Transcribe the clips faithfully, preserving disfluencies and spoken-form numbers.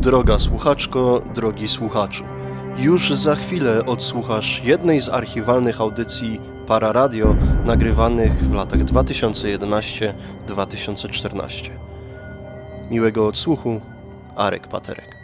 Droga słuchaczko, drogi słuchaczu, już za chwilę odsłuchasz jednej z archiwalnych audycji Para Radio nagrywanych w latach dwa tysiące jedenastym do dwa tysiące czternastego. Miłego odsłuchu, Arek Paterek.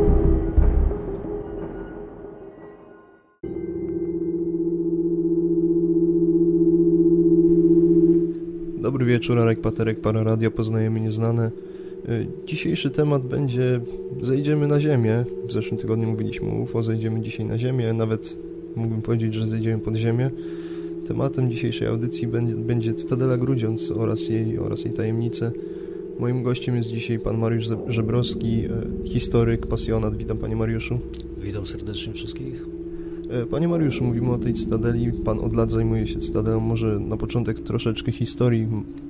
Dobry wieczór, Arek Paterek, Para Radio, poznajemy nieznane. Dzisiejszy temat będzie, zejdziemy na ziemię. W zeszłym tygodniu mówiliśmy o U F O, zejdziemy dzisiaj na ziemię, nawet mógłbym powiedzieć, że zejdziemy pod ziemię. Tematem dzisiejszej audycji będzie, będzie Cytadela Grudziądz oraz jej, oraz jej tajemnice. Moim gościem jest dzisiaj pan Mariusz Żebrowski, historyk, pasjonat. Witam, panie Mariuszu. Witam serdecznie wszystkich. Panie Mariuszu, mówimy o tej Cytadeli. Pan od lat zajmuje się Cytadelą. Może na początek troszeczkę historii.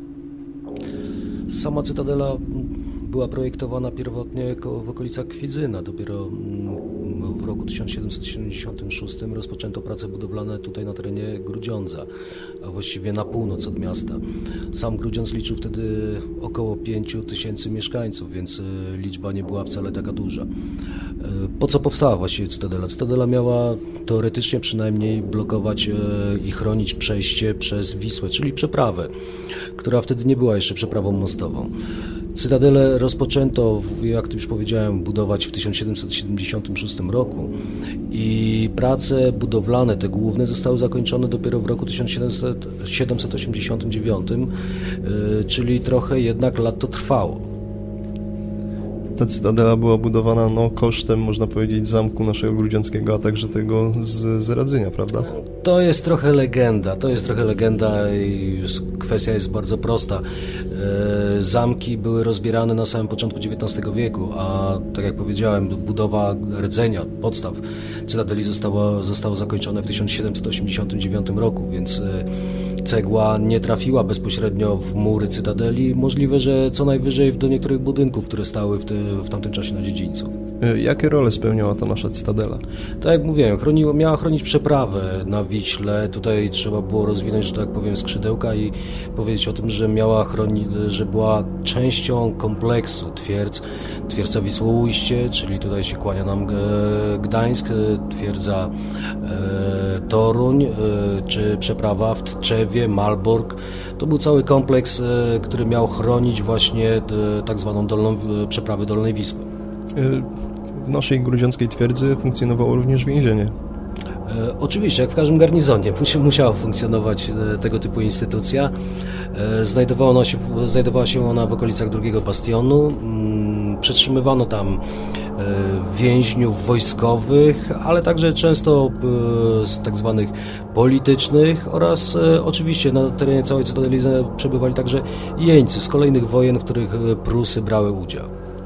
Sama Cytadela była projektowana pierwotnie w okolicach Kwidzyna. Dopiero w roku tysiąc siedemset siedemdziesiątym szóstym rozpoczęto prace budowlane tutaj na terenie Grudziądza, a właściwie na północ od miasta. Sam Grudziądz liczył wtedy około pięciu tysięcy mieszkańców, więc liczba nie była wcale taka duża. Po co powstała właściwie Cytadela? Cytadela miała teoretycznie przynajmniej blokować i chronić przejście przez Wisłę, czyli przeprawę, która wtedy nie była jeszcze przeprawą mostową. Cytadelę rozpoczęto, jak już powiedziałem, budować w tysiąc siedemset siedemdziesiątym szóstym roku i prace budowlane, te główne, zostały zakończone dopiero w roku tysiąc siedemset osiemdziesiątym dziewiątym, czyli trochę jednak lat to trwało. Ta Cytadela była budowana no, kosztem, można powiedzieć, zamku naszego grudziąckiego, a także tego z, z Radzynia, prawda? To jest trochę legenda, to jest trochę legenda i kwestia jest bardzo prosta. Zamki były rozbierane na samym początku dziewiętnastego wieku, a tak jak powiedziałem, budowa rdzenia, podstaw Cytadeli została, zostało zakończone w tysiąc siedemset osiemdziesiątym dziewiątym roku, więc cegła nie trafiła bezpośrednio w mury Cytadeli. Możliwe, że co najwyżej do niektórych budynków, które stały w, te, w tamtym czasie na dziedzińcu. Jakie role spełniała ta nasza Cytadela? Tak jak mówiłem, chroniła, miała chronić przeprawę na Wiśle. Tutaj trzeba było rozwinąć, że tak powiem, skrzydełka i powiedzieć o tym, że miała chronić, że była częścią kompleksu twierdz, twierdza Wisłoujście, czyli tutaj się kłania nam Gdańsk, twierdza Toruń, czy przeprawa w Tczewie, Malbork. To był cały kompleks, który miał chronić właśnie tak zwaną dolną, przeprawę Dolnej Wisły. W naszej grudziąckiej twierdzy funkcjonowało również więzienie. E, oczywiście, jak w każdym garnizonie musiała funkcjonować e, tego typu instytucja. E, znajdowała, ona się, znajdowała się ona w okolicach drugiego bastionu. Mm, przetrzymywano tam e, więźniów wojskowych, ale także często e, z tak zwanych politycznych oraz e, oczywiście na terenie całej Cytadeli przebywali także jeńcy z kolejnych wojen, w których Prusy brały udział.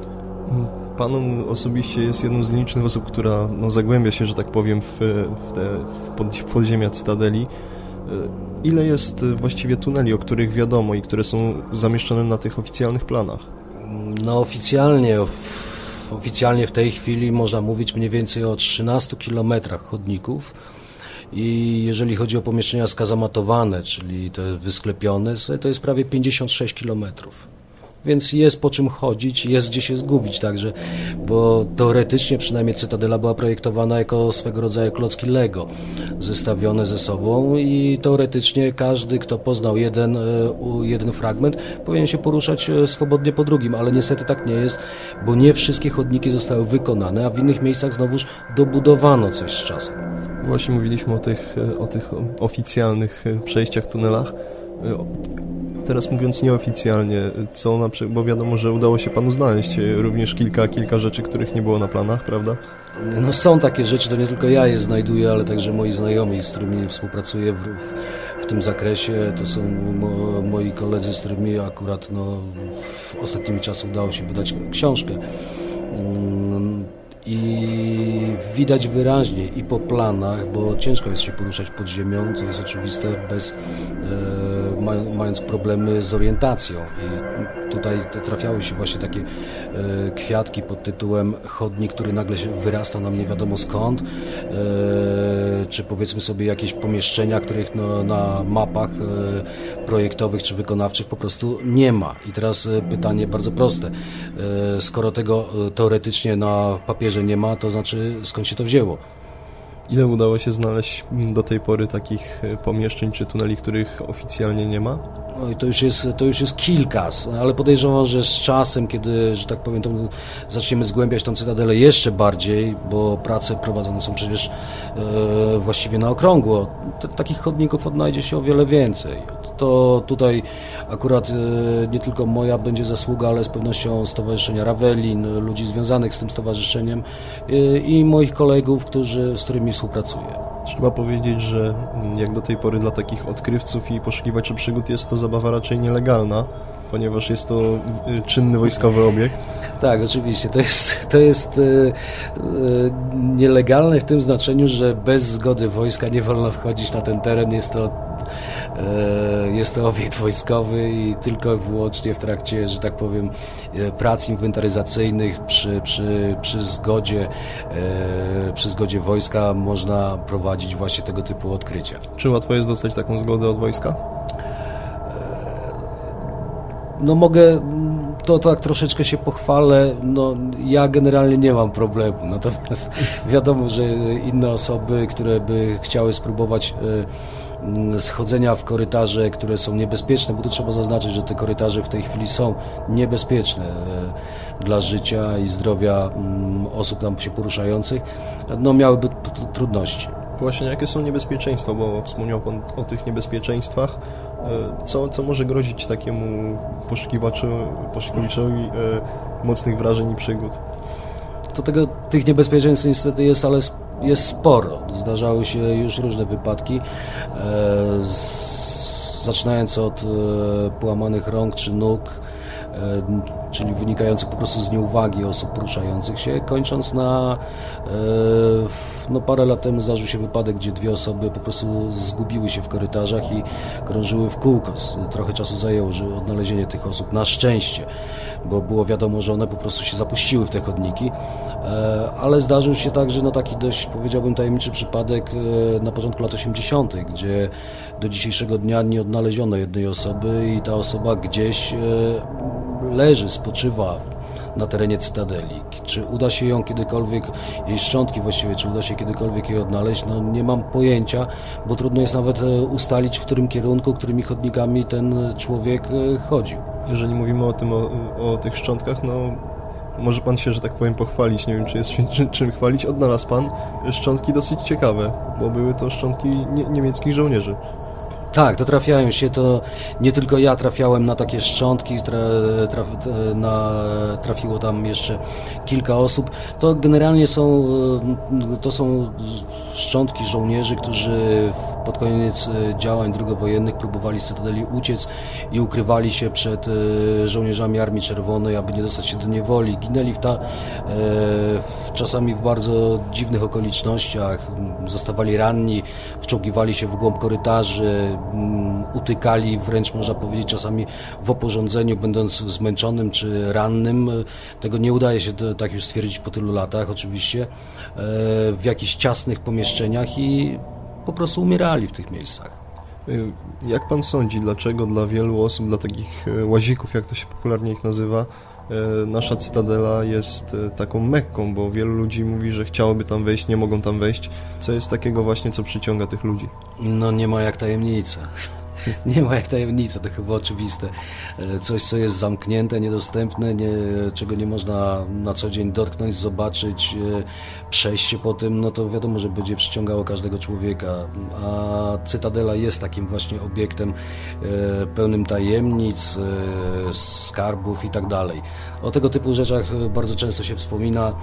Pan osobiście jest jedną z nielicznych osób, która no, zagłębia się, że tak powiem, w, w, te, w, pod, w podziemia Cytadeli. Ile jest właściwie tuneli, o których wiadomo i które są zamieszczone na tych oficjalnych planach? No oficjalnie, oficjalnie w tej chwili można mówić mniej więcej o trzynastu kilometrach chodników. I jeżeli chodzi o pomieszczenia skazamatowane, czyli te wysklepione, to jest prawie pięćdziesiąt sześć kilometrów. Więc jest po czym chodzić, jest gdzie się zgubić także, bo teoretycznie przynajmniej Cytadela była projektowana jako swego rodzaju klocki Lego zestawione ze sobą i teoretycznie każdy, kto poznał jeden, jeden fragment, powinien się poruszać swobodnie po drugim, ale niestety tak nie jest, bo nie wszystkie chodniki zostały wykonane, a w innych miejscach znowuż dobudowano coś z czasem. Właśnie mówiliśmy o tych, o tych oficjalnych przejściach, tunelach. Teraz mówiąc nieoficjalnie, co na przykład, bo wiadomo, że udało się panu znaleźć również kilka, kilka rzeczy, których nie było na planach, prawda? No są takie rzeczy, to nie tylko ja je znajduję, ale także moi znajomi, z którymi współpracuję w, w, w tym zakresie. To są mo, moi koledzy, z którymi akurat no, w ostatnimi czasach udało się wydać książkę. I widać wyraźnie i po planach, bo ciężko jest się poruszać pod ziemią, co jest oczywiste, bez, mając problemy z orientacją i tutaj trafiały się właśnie takie kwiatki pod tytułem chodnik, który nagle się wyrasta nam nie wiadomo skąd, czy powiedzmy sobie jakieś pomieszczenia, których no, na mapach projektowych czy wykonawczych po prostu nie ma. I teraz pytanie bardzo proste. Skoro tego teoretycznie na papierze nie ma, to znaczy skąd się to wzięło? Ile udało się znaleźć do tej pory takich pomieszczeń czy tuneli, których oficjalnie nie ma? No i to już jest, to już jest kilka, ale podejrzewam, że z czasem, kiedy, że tak powiem, to zaczniemy zgłębiać tą cytadelę jeszcze bardziej, bo prace prowadzone są przecież e, właściwie na okrągło, T- takich chodników odnajdzie się o wiele więcej. To tutaj akurat e, nie tylko moja będzie zasługa, ale z pewnością Stowarzyszenia Ravelin, ludzi związanych z tym stowarzyszeniem e, i moich kolegów, którzy, z którymi współpracuję. Trzeba powiedzieć, że jak do tej pory dla takich odkrywców i poszukiwaczy przygód jest to zabawa raczej nielegalna, ponieważ jest to czynny wojskowy obiekt. Tak, oczywiście. To jest, to jest e, e, nielegalne w tym znaczeniu, że bez zgody wojska nie wolno wchodzić na ten teren. Jest to, e, jest to obiekt wojskowy i tylko i wyłącznie w trakcie, że tak powiem, prac inwentaryzacyjnych przy, przy, przy, zgodzie, e, przy zgodzie wojska można prowadzić właśnie tego typu odkrycia. Czy łatwo jest dostać taką zgodę od wojska? No mogę, to tak troszeczkę się pochwalę, no ja generalnie nie mam problemu, natomiast wiadomo, że inne osoby, które by chciały spróbować schodzenia w korytarze, które są niebezpieczne, bo tu trzeba zaznaczyć, że te korytarze w tej chwili są niebezpieczne dla życia i zdrowia osób tam się poruszających, no miałyby trudności. Właśnie jakie są niebezpieczeństwa, bo wspomniał Pan o tych niebezpieczeństwach. Co, co może grozić takiemu poszukiwaczu, poszukiwaczowi e, mocnych wrażeń i przygód? To tego, tych niebezpieczeństw niestety jest, ale jest sporo. Zdarzały się już różne wypadki, e, z, zaczynając od e, połamanych rąk czy nóg, czyli wynikających po prostu z nieuwagi osób poruszających się, kończąc na no parę lat temu zdarzył się wypadek, gdzie dwie osoby po prostu zgubiły się w korytarzach i krążyły w kółko. Trochę czasu zajęło, że odnalezienie tych osób, na szczęście, bo było wiadomo, że one po prostu się zapuściły w te chodniki, ale zdarzył się także no taki dość, powiedziałbym, tajemniczy przypadek na początku lat osiemdziesiątych, gdzie do dzisiejszego dnia nie odnaleziono jednej osoby i ta osoba gdzieś leży, spoczywa na terenie Cytadeli. Czy uda się ją kiedykolwiek, jej szczątki właściwie, czy uda się kiedykolwiek jej odnaleźć, no nie mam pojęcia, bo trudno jest nawet ustalić, w którym kierunku, którymi chodnikami ten człowiek chodził. Jeżeli mówimy o tym, o, o tych szczątkach, no może Pan się, że tak powiem, pochwalić, nie wiem, czy jest się czym, czym chwalić. Odnalazł Pan szczątki dosyć ciekawe, bo były to szczątki nie, niemieckich żołnierzy. Tak, to trafiają się, to nie tylko ja trafiałem na takie szczątki, tra, traf, na, trafiło tam jeszcze kilka osób. To generalnie są, to są szczątki żołnierzy, którzy pod koniec działań drugowojennych próbowali z Cytadeli uciec i ukrywali się przed żołnierzami Armii Czerwonej, aby nie dostać się do niewoli. Ginęli w ta, w, czasami w bardzo dziwnych okolicznościach, zostawali ranni, wczołgiwali się w głąb korytarzy, utykali wręcz, można powiedzieć, czasami w oporządzeniu, będąc zmęczonym czy rannym. Tego nie udaje się to, tak już stwierdzić po tylu latach oczywiście, w jakichś ciasnych pomieszczeniach i po prostu umierali w tych miejscach. Jak Pan sądzi, dlaczego dla wielu osób, dla takich łazików, jak to się popularnie ich nazywa, nasza Cytadela jest taką Mekką, bo wielu ludzi mówi, że chciałoby tam wejść, nie mogą tam wejść. Co jest takiego właśnie, co przyciąga tych ludzi? No nie ma jak tajemnica. Nie ma jak tajemnica, to chyba oczywiste. Coś, co jest zamknięte, niedostępne, nie, czego nie można na co dzień dotknąć, zobaczyć, przejść się po tym, no to wiadomo, że będzie przyciągało każdego człowieka. A Cytadela jest takim właśnie obiektem pełnym tajemnic, skarbów i tak dalej. O tego typu rzeczach bardzo często się wspomina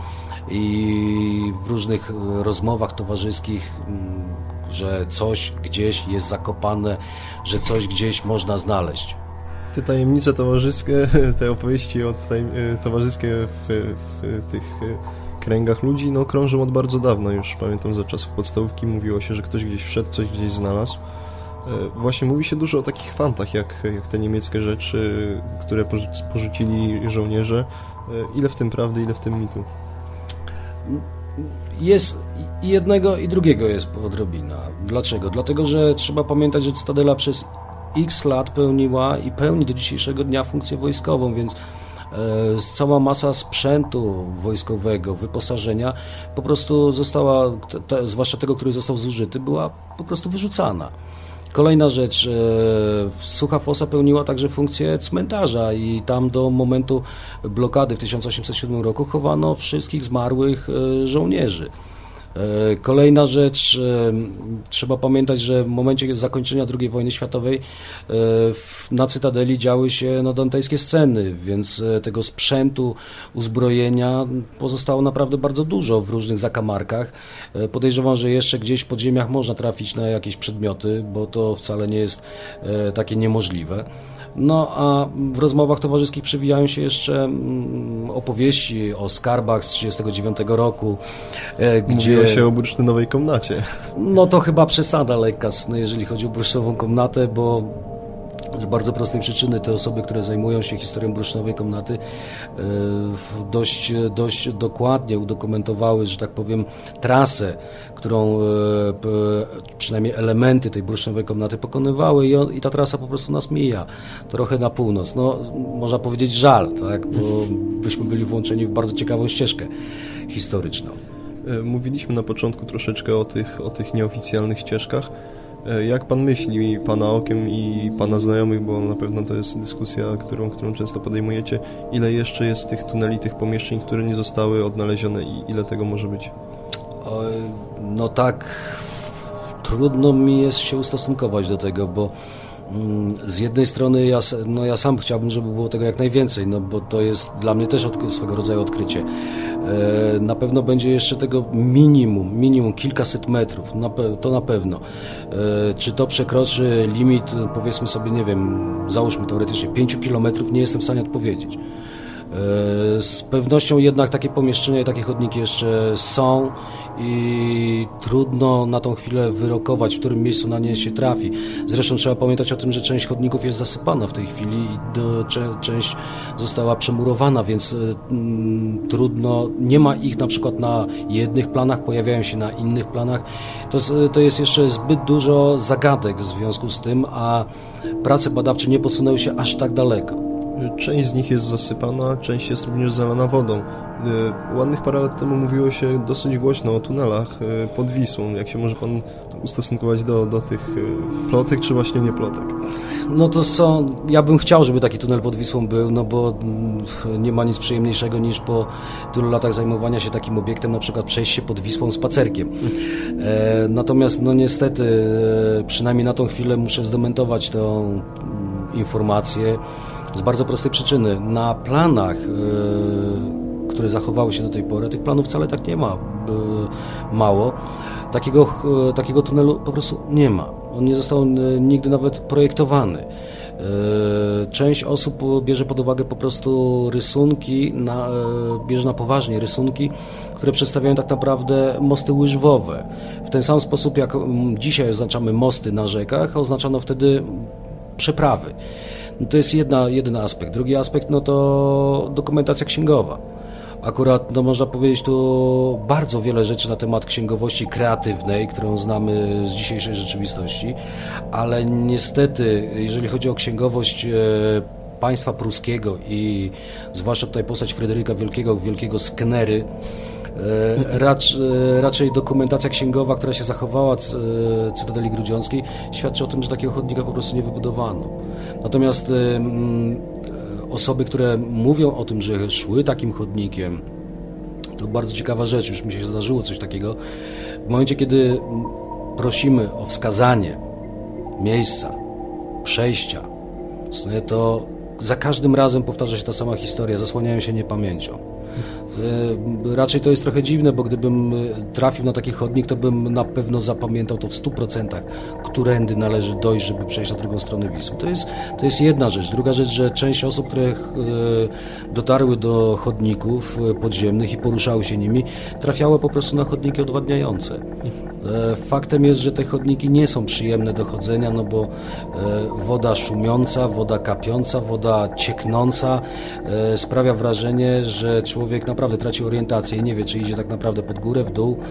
i w różnych rozmowach towarzyskich, że coś gdzieś jest zakopane, że coś gdzieś można znaleźć. Te tajemnice towarzyskie, te opowieści od towarzyskie w, w tych kręgach ludzi, no krążą od bardzo dawna już. Pamiętam, za czasów podstawówki mówiło się, że ktoś gdzieś wszedł, coś gdzieś znalazł. Właśnie mówi się dużo o takich fantach, jak, jak te niemieckie rzeczy, które porzucili żołnierze. Ile w tym prawdy, ile w tym mitu? Jest i jednego, i drugiego jest odrobina. Dlaczego? Dlatego, że trzeba pamiętać, że Cytadela przez x lat pełniła i pełni do dzisiejszego dnia funkcję wojskową, więc e, cała masa sprzętu wojskowego, wyposażenia po prostu została, te, te, zwłaszcza tego, który został zużyty, była po prostu wyrzucana. Kolejna rzecz, e, Sucha Fosa pełniła także funkcję cmentarza i tam do momentu blokady w tysiąc osiemset siódmym roku chowano wszystkich zmarłych e, żołnierzy. E, kolejna rzecz, e, trzeba pamiętać, że w momencie zakończenia drugiej wojny światowej e, w, na Cytadeli działy się no, dantejskie sceny, więc e, tego sprzętu, uzbrojenia pozostało naprawdę bardzo dużo w różnych zakamarkach. E, podejrzewam, że jeszcze gdzieś w podziemiach można trafić na jakieś przedmioty, bo to wcale nie jest e, takie niemożliwe. No a w rozmowach towarzyskich przewijają się jeszcze mm, opowieści o skarbach z tysiąc dziewięćset trzydziestego dziewiątego roku, e, gdzie... Mówiło się o bursztynowej komnacie. No to chyba przesada lekka, no, jeżeli chodzi o bursztynową komnatę, bo z bardzo prostej przyczyny te osoby, które zajmują się historią bursztynowej komnaty, e, dość, dość dokładnie udokumentowały, że tak powiem, trasę, którą e, p, przynajmniej elementy tej bursztynowej komnaty pokonywały i, on, i ta trasa po prostu nas mija, trochę na północ. No, można powiedzieć żal, tak, bo byśmy byli włączeni w bardzo ciekawą ścieżkę historyczną. Mówiliśmy na początku troszeczkę o tych, o tych nieoficjalnych ścieżkach. Jak pan myśli, pana okiem i pana znajomych, bo na pewno to jest dyskusja, którą, którą często podejmujecie, ile jeszcze jest tych tuneli, tych pomieszczeń, które nie zostały odnalezione i ile tego może być? No tak, trudno mi jest się ustosunkować do tego, bo z jednej strony ja, no ja sam chciałbym, żeby było tego jak najwięcej, no bo to jest dla mnie też od, swego rodzaju odkrycie. E, na pewno będzie jeszcze tego minimum, minimum kilkaset metrów, na, to na pewno. E, czy to przekroczy limit, powiedzmy sobie, nie wiem, załóżmy teoretycznie pięciu kilometrów, nie jestem w stanie odpowiedzieć. Z pewnością jednak takie pomieszczenia i takie chodniki jeszcze są i trudno na tą chwilę wyrokować, w którym miejscu na nie się trafi. Zresztą trzeba pamiętać o tym, że część chodników jest zasypana w tej chwili i do, część została przemurowana, więc mm, trudno, nie ma ich na przykład na jednych planach, pojawiają się na innych planach. To, to jest jeszcze zbyt dużo zagadek w związku z tym, a prace badawcze nie posunęły się aż tak daleko. Część z nich jest zasypana, część jest również zalana wodą. Ładnych parę lat temu mówiło się dosyć głośno o tunelach pod Wisłą. Jak się może pan ustosunkować do, do tych plotek, czy właśnie nie plotek? No to są... Ja bym chciał, żeby taki tunel pod Wisłą był, no bo nie ma nic przyjemniejszego niż po tylu latach zajmowania się takim obiektem, na przykład przejść się pod Wisłą spacerkiem. E, natomiast no niestety, przynajmniej na tą chwilę muszę zdementować tę informację. Z bardzo prostej przyczyny. Na planach, yy, które zachowały się do tej pory, tych planów wcale tak nie ma yy, mało. Takiego, yy, takiego tunelu po prostu nie ma. On nie został yy, nigdy nawet projektowany. Yy, część osób bierze pod uwagę po prostu rysunki, na, yy, bierze na poważnie rysunki, które przedstawiają tak naprawdę mosty łyżwowe. W ten sam sposób, jak dzisiaj oznaczamy mosty na rzekach, oznaczano wtedy przeprawy. To jest jedna, jeden aspekt. Drugi aspekt no to dokumentacja księgowa. Akurat no można powiedzieć tu bardzo wiele rzeczy na temat księgowości kreatywnej, którą znamy z dzisiejszej rzeczywistości, ale niestety, jeżeli chodzi o księgowość e, państwa pruskiego i zwłaszcza tutaj postać Fryderyka Wielkiego, wielkiego skenery, Racz, raczej dokumentacja księgowa, która się zachowała w Cytadeli Grudziąckiej, świadczy o tym, że takiego chodnika po prostu nie wybudowano. Natomiast osoby, które mówią o tym, że szły takim chodnikiem, to bardzo ciekawa rzecz, już mi się zdarzyło coś takiego. W momencie, kiedy prosimy o wskazanie miejsca, przejścia, to za każdym razem powtarza się ta sama historia, zasłaniają się niepamięcią. Raczej to jest trochę dziwne, bo gdybym trafił na taki chodnik, to bym na pewno zapamiętał to w stu procentach, którędy należy dojść, żeby przejść na drugą stronę Wisły. To jest, to jest jedna rzecz. Druga rzecz, że część osób, które dotarły do chodników podziemnych i poruszały się nimi, trafiały po prostu na chodniki odwadniające. Faktem jest, że te chodniki nie są przyjemne do chodzenia, no bo woda szumiąca, woda kapiąca, woda cieknąca sprawia wrażenie, że człowiek naprawdę traci orientację i nie wie, czy idzie tak naprawdę pod górę, w dół.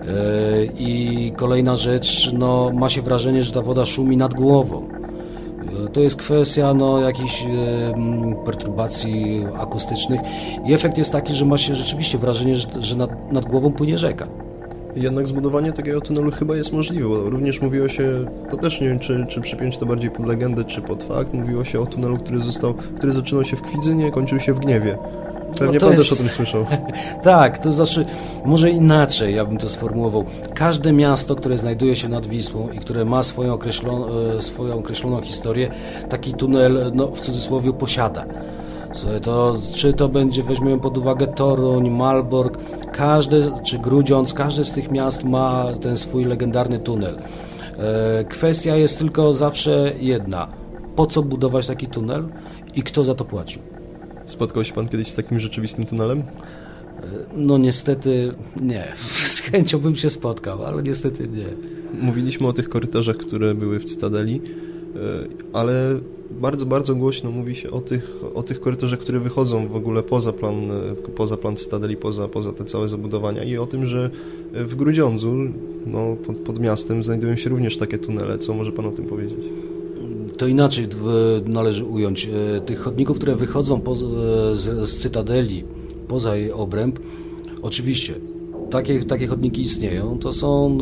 I kolejna rzecz, no ma się wrażenie, że ta woda szumi nad głową. To jest kwestia no, jakichś e, perturbacji akustycznych i efekt jest taki, że ma się rzeczywiście wrażenie, że, że nad, nad głową płynie rzeka. Jednak zbudowanie takiego tunelu chyba jest możliwe, bo również mówiło się, to też nie wiem, czy, czy przypiąć to bardziej pod legendę, czy pod fakt, mówiło się o tunelu, który został, który zaczynał się w Kwidzynie, kończył się w Gniewie. Pewnie no pan jest... też o tym słyszał. Tak, to znaczy, może inaczej ja bym to sformułował. Każde miasto, które znajduje się nad Wisłą i które ma swoją określoną, swoją określoną historię, taki tunel, no w cudzysłowie, posiada. To, czy to będzie, weźmiemy pod uwagę Toruń, Malbork, każdy, czy Grudziądz, każde z tych miast ma ten swój legendarny tunel. Kwestia jest tylko zawsze jedna. Po co budować taki tunel i kto za to płacił? Spotkał się pan kiedyś z takim rzeczywistym tunelem? No niestety nie. Z chęcią bym się spotkał, ale niestety nie. Mówiliśmy o tych korytarzach, które były w Cytadeli, ale bardzo, bardzo głośno mówi się o tych, o tych korytarzach, które wychodzą w ogóle poza plan, poza plan Cytadeli, poza, poza te całe zabudowania i o tym, że w Grudziądzu, no, pod, pod miastem znajdują się również takie tunele. Co może pan o tym powiedzieć? To inaczej należy ująć. Tych chodników, które wychodzą poza, z, z Cytadeli, poza jej obręb, oczywiście takie, takie chodniki istnieją. To są,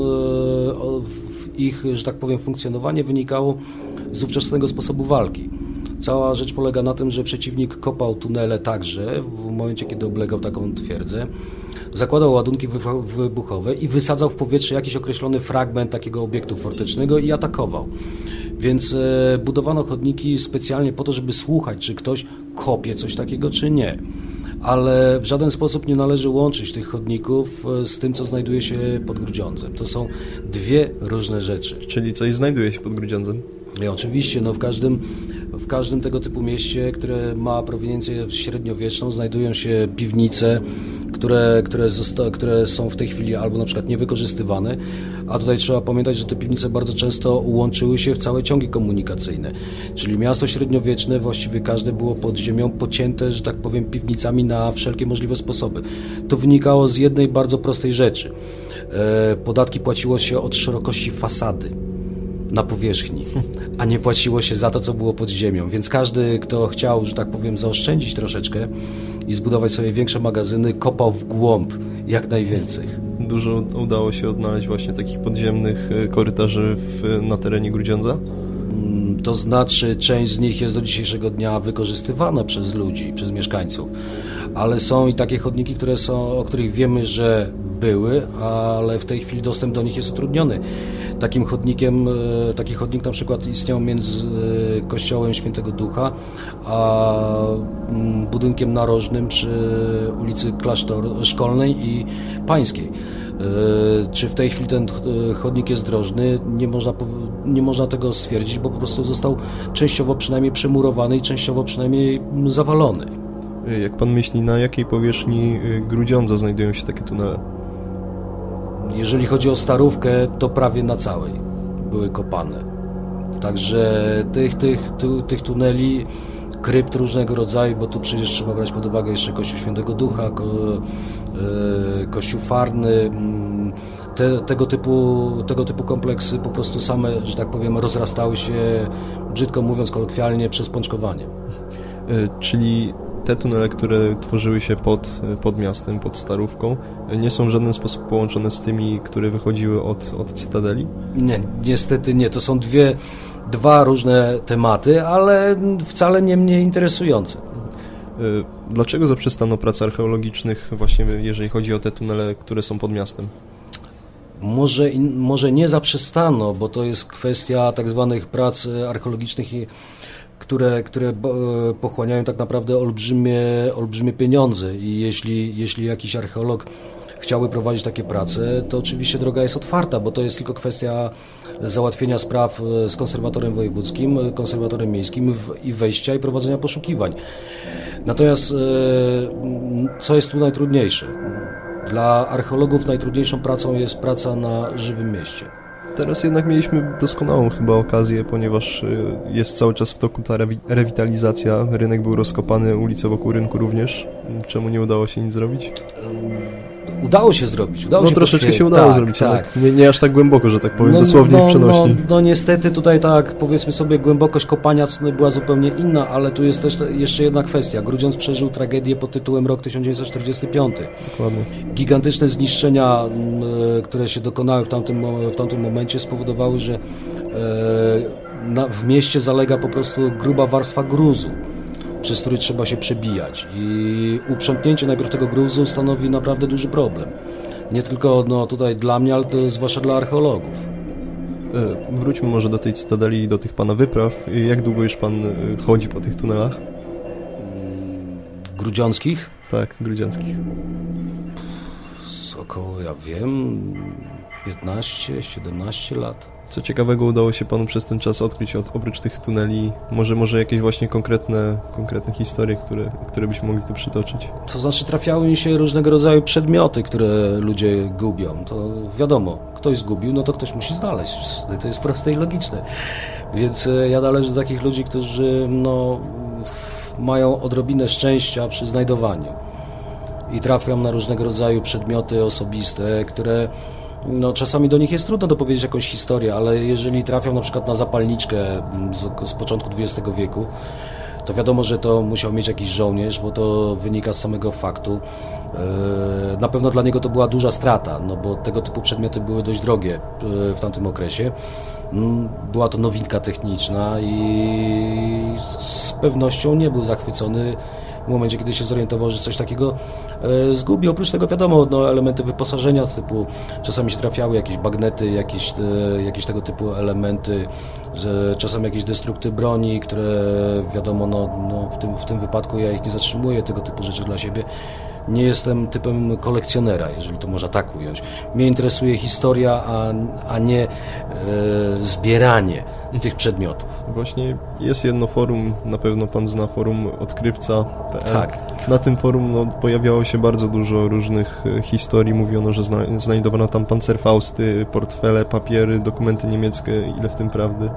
ich, że tak powiem, funkcjonowanie wynikało z ówczesnego sposobu walki. Cała rzecz polega na tym, że przeciwnik kopał tunele także w momencie, kiedy oblegał taką twierdzę, zakładał ładunki wybuchowe i wysadzał w powietrze jakiś określony fragment takiego obiektu fortecznego i atakował. Więc e, budowano chodniki specjalnie po to, żeby słuchać, czy ktoś kopie coś takiego, czy nie. Ale w żaden sposób nie należy łączyć tych chodników z tym, co znajduje się pod Grudziądzem. To są dwie różne rzeczy. Czyli coś znajduje się pod Grudziądzem? I oczywiście, no w każdym, w każdym tego typu mieście, które ma proweniencję średniowieczną, znajdują się piwnice, które, które, zosta- które są w tej chwili albo na przykład niewykorzystywane, a tutaj trzeba pamiętać, że te piwnice bardzo często łączyły się w całe ciągi komunikacyjne. Czyli miasto średniowieczne, właściwie każde było pod ziemią pocięte, że tak powiem, piwnicami na wszelkie możliwe sposoby. To wynikało z jednej bardzo prostej rzeczy. E, podatki płaciło się od szerokości fasady na powierzchni, a nie płaciło się za to, co było pod ziemią. Więc każdy, kto chciał, że tak powiem, zaoszczędzić troszeczkę i zbudować sobie większe magazyny, kopał w głąb jak najwięcej. Dużo udało się odnaleźć właśnie takich podziemnych korytarzy w, na terenie Grudziądza? To znaczy, część z nich jest do dzisiejszego dnia wykorzystywana przez ludzi, przez mieszkańców, ale są i takie chodniki, które są, o których wiemy, że były, ale w tej chwili dostęp do nich jest utrudniony. Takim chodnikiem, taki chodnik na przykład istniał między kościołem Świętego Ducha a budynkiem narożnym przy ulicy Klasztor Szkolnej i Pańskiej. Czy w tej chwili ten chodnik jest drożny? Nie można, nie można tego stwierdzić, bo po prostu został częściowo przynajmniej przemurowany i częściowo przynajmniej zawalony. Jak pan myśli, na jakiej powierzchni Grudziądza znajdują się takie tunele? Jeżeli chodzi o Starówkę, to prawie na całej były kopane. Także tych, tych, tu, tych tuneli, krypt różnego rodzaju, bo tu przecież trzeba brać pod uwagę jeszcze Kościół Świętego Ducha, ko, e, Kościół Farny, te, tego, typu, tego typu kompleksy po prostu same, że tak powiem, rozrastały się, brzydko mówiąc kolokwialnie, przez pączkowanie. E, czyli te tunele, które tworzyły się pod, pod miastem, pod Starówką, nie są w żaden sposób połączone z tymi, które wychodziły od, od Cytadeli? Nie, niestety nie. To są dwie, dwa różne tematy, ale wcale nie mniej interesujące. Dlaczego zaprzestano prac archeologicznych właśnie, jeżeli chodzi o te tunele, które są pod miastem? Może, może nie zaprzestano, bo to jest kwestia tak zwanych prac archeologicznych i Które, które pochłaniają tak naprawdę olbrzymie, olbrzymie pieniądze i jeśli, jeśli jakiś archeolog chciałby prowadzić takie prace, to oczywiście droga jest otwarta, bo to jest tylko kwestia załatwienia spraw z konserwatorem wojewódzkim, konserwatorem miejskim i wejścia i prowadzenia poszukiwań. Natomiast co jest tu najtrudniejsze? Dla archeologów najtrudniejszą pracą jest praca na żywym mieście. Teraz jednak mieliśmy doskonałą chyba okazję, ponieważ jest cały czas w toku ta rewi- rewitalizacja. Rynek był rozkopany, ulice wokół rynku również. Czemu nie udało się nic zrobić? Udało się zrobić. Udało no się troszeczkę podchwie... się udało tak, zrobić, tak. ale nie, nie aż tak głęboko, że tak powiem, no, dosłownie no, w przenośni. No, no niestety tutaj tak, powiedzmy sobie, głębokość kopania była zupełnie inna, ale tu jest też jeszcze jedna kwestia. Grudziądz przeżył tragedię pod tytułem rok tysiąc dziewięćset czterdziesty piąty. Dokładnie. Gigantyczne zniszczenia, które się dokonały w tamtym, w tamtym momencie, spowodowały, że e, na, w mieście zalega po prostu gruba warstwa gruzu, przez który trzeba się przebijać. I uprzątnięcie najpierw tego gruzu stanowi naprawdę duży problem. Nie tylko no, tutaj dla mnie, ale to zwłaszcza dla archeologów. E, wróćmy może do tej cytadeli i do tych pana wypraw. Jak długo już pan chodzi po tych tunelach? Grudziąckich? Tak, grudziąckich. Z około, ja wiem, piętnaście siedemnaście lat. Co ciekawego udało się panu przez ten czas odkryć od, oprócz tych tuneli? Może, może jakieś właśnie konkretne, konkretne historie, które, które byśmy mogli tu przytoczyć? To znaczy trafiały mi się różnego rodzaju przedmioty, które ludzie gubią. To wiadomo, ktoś zgubił, no to ktoś musi znaleźć. To jest proste i logiczne. Więc ja należę do takich ludzi, którzy no, mają odrobinę szczęścia przy znajdowaniu. I trafiam na różnego rodzaju przedmioty osobiste, które no, czasami do nich jest trudno dopowiedzieć jakąś historię, ale jeżeli trafią na przykład na zapalniczkę z, z początku dwudziestego wieku, to wiadomo, że to musiał mieć jakiś żołnierz, bo to wynika z samego faktu. Na pewno dla niego to była duża strata, no bo tego typu przedmioty były dość drogie w tamtym okresie. Była to nowinka techniczna i z pewnością nie był zachwycony w momencie, kiedy się zorientował, że coś takiego e, zgubi. Oprócz tego wiadomo, no, elementy wyposażenia typu, czasami się trafiały jakieś bagnety, jakieś, e, jakieś tego typu elementy, że czasami jakieś destrukty broni, które wiadomo, no, no, w, tym, w tym wypadku ja ich nie zatrzymuję, tego typu rzeczy dla siebie. Nie jestem typem kolekcjonera, jeżeli to można tak ująć. Mnie interesuje historia, a, a nie e, zbieranie tych przedmiotów. Właśnie jest jedno forum, na pewno pan zna, forum odkrywca kropka pe el. Tak. Na tym forum no, pojawiało się bardzo dużo różnych historii. Mówiono, że zna, znajdowano tam pancerfausty, portfele, papiery, dokumenty niemieckie. Ile w tym prawdy?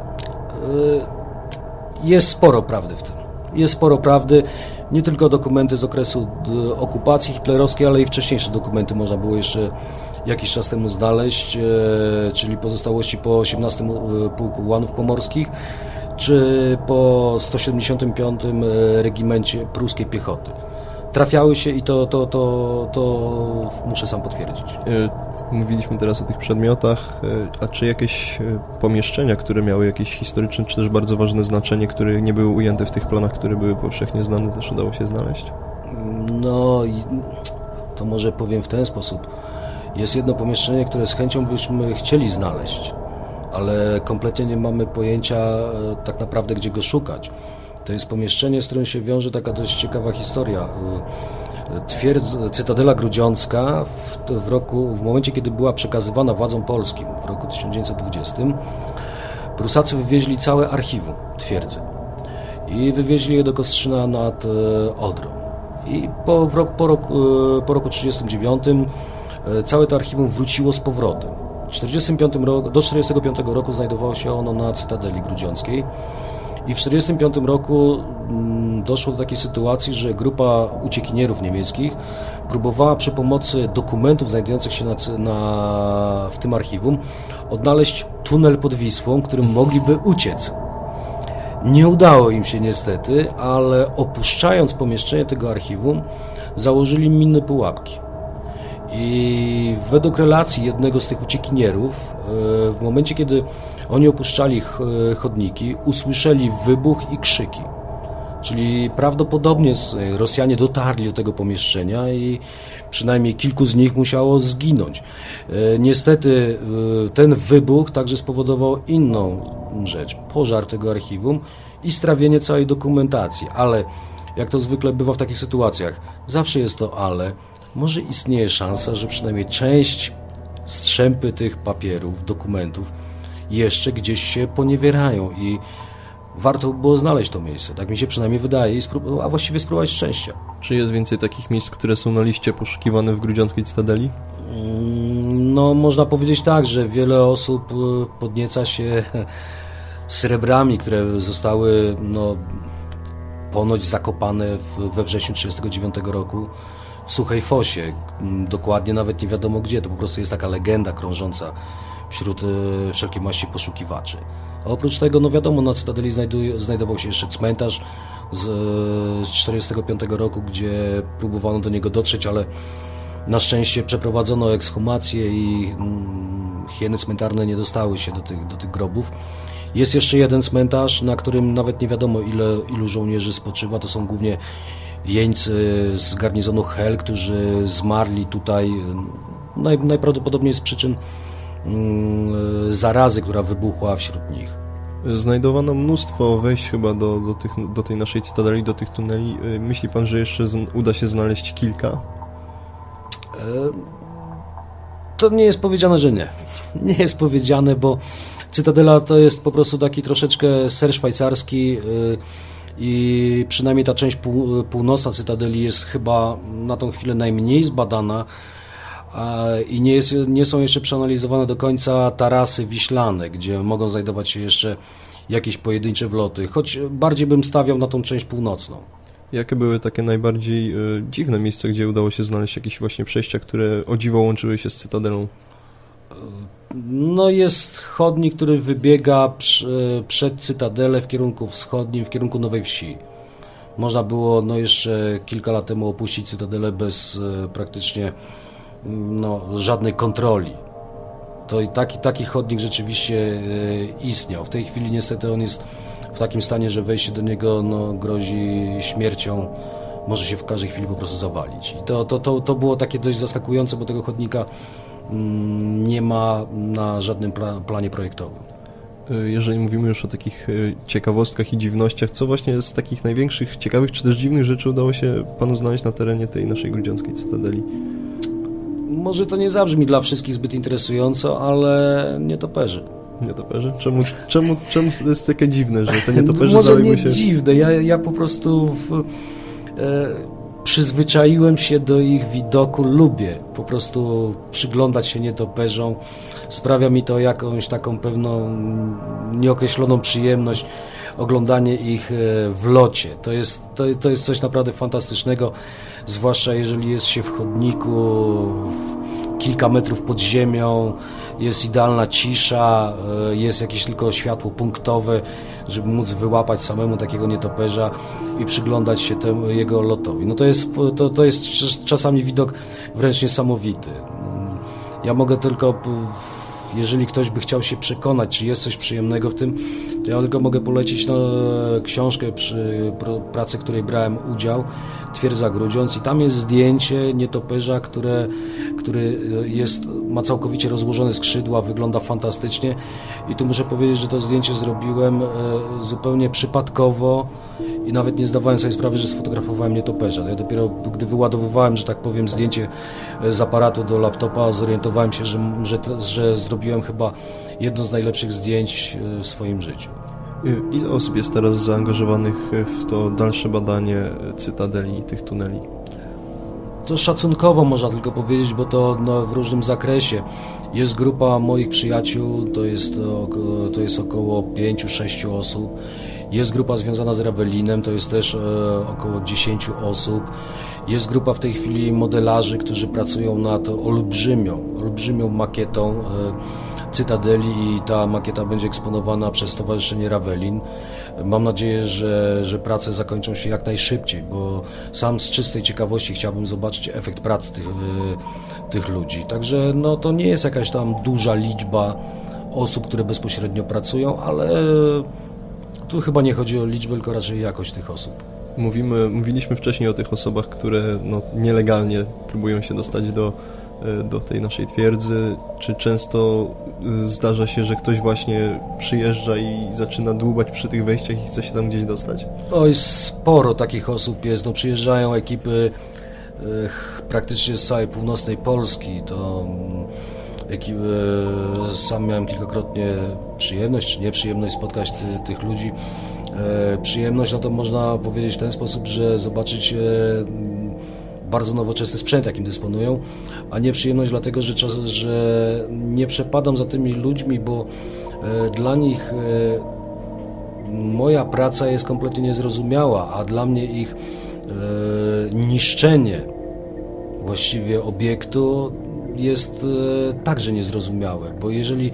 Jest sporo prawdy w tym. Jest sporo prawdy. Nie tylko dokumenty z okresu okupacji hitlerowskiej, ale i wcześniejsze dokumenty można było jeszcze jakiś czas temu znaleźć, czyli pozostałości po osiemnastym Pułku Ułanów Pomorskich, czy po sto siedemdziesiątym piątym Regimencie Pruskiej Piechoty. Trafiały się i to, to, to, to muszę sam potwierdzić. Mówiliśmy teraz o tych przedmiotach, a czy jakieś pomieszczenia, które miały jakieś historyczne, czy też bardzo ważne znaczenie, które nie były ujęte w tych planach, które były powszechnie znane, też udało się znaleźć? No, to może powiem w ten sposób. Jest jedno pomieszczenie, które z chęcią byśmy chcieli znaleźć, ale kompletnie nie mamy pojęcia tak naprawdę, gdzie go szukać. To jest pomieszczenie, z którym się wiąże taka dość ciekawa historia. Twierdz, Cytadela Grudziącka w, w roku, w momencie, kiedy była przekazywana władzom polskim w roku tysiąc dziewięćset dwudziestym, Prusacy wywieźli całe archiwum twierdzy i wywieźli je do Kostrzyna nad Odrą. I po, w rok, po, roku, po roku trzydziestym dziewiątym całe to archiwum wróciło z powrotem. W czterdziestym piątym roku, do czterdziestego piątego roku znajdowało się ono na Cytadeli Grudziąckiej. I w czterdziestym piątym roku doszło do takiej sytuacji, że grupa uciekinierów niemieckich próbowała przy pomocy dokumentów znajdujących się na, na, w tym archiwum odnaleźć tunel pod Wisłą, którym mogliby uciec. Nie udało im się niestety, ale opuszczając pomieszczenie tego archiwum, założyli minne pułapki. I według relacji jednego z tych uciekinierów, w momencie, kiedy oni opuszczali chodniki, usłyszeli wybuch i krzyki. Czyli prawdopodobnie Rosjanie dotarli do tego pomieszczenia i przynajmniej kilku z nich musiało zginąć. Niestety ten wybuch także spowodował inną rzecz, pożar tego archiwum i strawienie całej dokumentacji. Ale jak to zwykle bywa w takich sytuacjach, zawsze jest to ale. Może istnieje szansa, że przynajmniej część strzępy tych papierów, dokumentów jeszcze gdzieś się poniewierają i warto było znaleźć to miejsce. Tak mi się przynajmniej wydaje, a właściwie spróbować szczęścia. Czy jest więcej takich miejsc, które są na liście poszukiwane w Grudziąckiej Cytadeli? No, można powiedzieć tak, że wiele osób podnieca się srebrami, które zostały no, ponoć zakopane w, we wrześniu tysiąc dziewięćset trzydziestego dziewiątego roku w Suchej Fosie. Dokładnie nawet nie wiadomo gdzie, to po prostu jest taka legenda krążąca wśród e, wszelkiej maści poszukiwaczy. A oprócz tego, no wiadomo, na Cytadeli znajduje, znajdował się jeszcze cmentarz z tysiąc dziewięćset czterdziestego piątego roku, gdzie próbowano do niego dotrzeć, ale na szczęście przeprowadzono ekshumację i mm, hieny cmentarne nie dostały się do tych, do tych grobów. Jest jeszcze jeden cmentarz, na którym nawet nie wiadomo ile, ilu żołnierzy spoczywa. To są głównie jeńcy z garnizonu Hel, którzy zmarli tutaj naj, najprawdopodobniej z przyczyn mm, zarazy, która wybuchła wśród nich. Znajdowano mnóstwo wejść chyba do, do, tych, do tej naszej cytadeli, do tych tuneli. Myśli pan, że jeszcze z, uda się znaleźć kilka? To nie jest powiedziane, że nie. Nie jest powiedziane, bo Cytadela to jest po prostu taki troszeczkę ser szwajcarski i przynajmniej ta część pół, północna Cytadeli jest chyba na tą chwilę najmniej zbadana i nie, jest, nie są jeszcze przeanalizowane do końca tarasy wiślane, gdzie mogą znajdować się jeszcze jakieś pojedyncze wloty, choć bardziej bym stawiał na tą część północną. Jakie były takie najbardziej y, dziwne miejsca, gdzie udało się znaleźć jakieś właśnie przejścia, które o dziwo łączyły się z Cytadelą? No jest chodnik, który wybiega przy, przed Cytadelę w kierunku wschodnim, w kierunku Nowej Wsi. Można było no, jeszcze kilka lat temu opuścić Cytadelę bez y, praktycznie no, żadnej kontroli. To i taki, taki chodnik rzeczywiście y, istniał. W tej chwili niestety on jest w takim stanie, że wejście do niego no, grozi śmiercią, może się w każdej chwili po prostu zawalić. I to, to, to, to było takie dość zaskakujące, bo tego chodnika mm, nie ma na żadnym pla, planie projektowym. Jeżeli mówimy już o takich ciekawostkach i dziwnościach, co właśnie z takich największych ciekawych czy też dziwnych rzeczy udało się panu znaleźć na terenie tej naszej grudziąckiej Cytadeli? Może to nie zabrzmi dla wszystkich zbyt interesująco, ale nietoperze. Nietoperze? Czemu, czemu, czemu jest takie dziwne, że te nietoperze Może zaległy nie się... dziwne, ja, ja po prostu w, e, przyzwyczaiłem się do ich widoku, lubię po prostu przyglądać się nietoperzom, sprawia mi to jakąś taką pewną nieokreśloną przyjemność, oglądanie ich w locie. To jest, to, to jest coś naprawdę fantastycznego, zwłaszcza jeżeli jest się w chodniku, kilka metrów pod ziemią, jest idealna cisza, jest jakieś tylko światło punktowe, żeby móc wyłapać samemu takiego nietoperza i przyglądać się temu, jego lotowi. No to jest, to, to jest czasami widok wręcz niesamowity. Ja mogę tylko, jeżeli ktoś by chciał się przekonać, czy jest coś przyjemnego w tym, to ja tylko mogę polecić no, książkę przy pracy, w której brałem udział, Twierdza Grudziądz, i tam jest zdjęcie nietoperza, które, który jest, ma całkowicie rozłożone skrzydła, wygląda fantastycznie i tu muszę powiedzieć, że to zdjęcie zrobiłem zupełnie przypadkowo i nawet nie zdawałem sobie sprawy, że sfotografowałem nietoperza. Ja dopiero gdy wyładowywałem, że tak powiem, zdjęcie z aparatu do laptopa, zorientowałem się, że, że, że zrobiłem chyba jedno z najlepszych zdjęć w swoim życiu. Ile osób jest teraz zaangażowanych w to dalsze badanie Cytadeli i tych tuneli? To szacunkowo można tylko powiedzieć, bo to no, w różnym zakresie. Jest grupa moich przyjaciół, to jest, to jest około pięciu sześciu osób. Jest grupa związana z Rawelinem, to jest też e, około dziesięciu osób. Jest grupa w tej chwili modelarzy, którzy pracują nad olbrzymią, olbrzymią makietą e, Cytadeli i ta makieta będzie eksponowana przez Stowarzyszenie Rawelin. Mam nadzieję, że, że prace zakończą się jak najszybciej, bo sam z czystej ciekawości chciałbym zobaczyć efekt pracy tych, tych ludzi. Także no, to nie jest jakaś tam duża liczba osób, które bezpośrednio pracują, ale tu chyba nie chodzi o liczbę, tylko raczej jakość tych osób. Mówimy, mówiliśmy wcześniej o tych osobach, które no, nielegalnie próbują się dostać do do tej naszej twierdzy. Czy często zdarza się, że ktoś właśnie przyjeżdża i zaczyna dłubać przy tych wejściach i chce się tam gdzieś dostać? Oj, sporo takich osób jest. No, przyjeżdżają ekipy praktycznie z całej północnej Polski. To ekipy, sam miałem kilkakrotnie przyjemność czy nieprzyjemność spotkać ty, tych ludzi, Przyjemność, no to można powiedzieć w ten sposób, że zobaczyć bardzo nowoczesny sprzęt, jakim dysponują, a nie przyjemność dlatego, że, czas, że nie przepadam za tymi ludźmi, bo dla nich moja praca jest kompletnie niezrozumiała, a dla mnie ich niszczenie właściwie obiektu jest także niezrozumiałe, bo jeżeli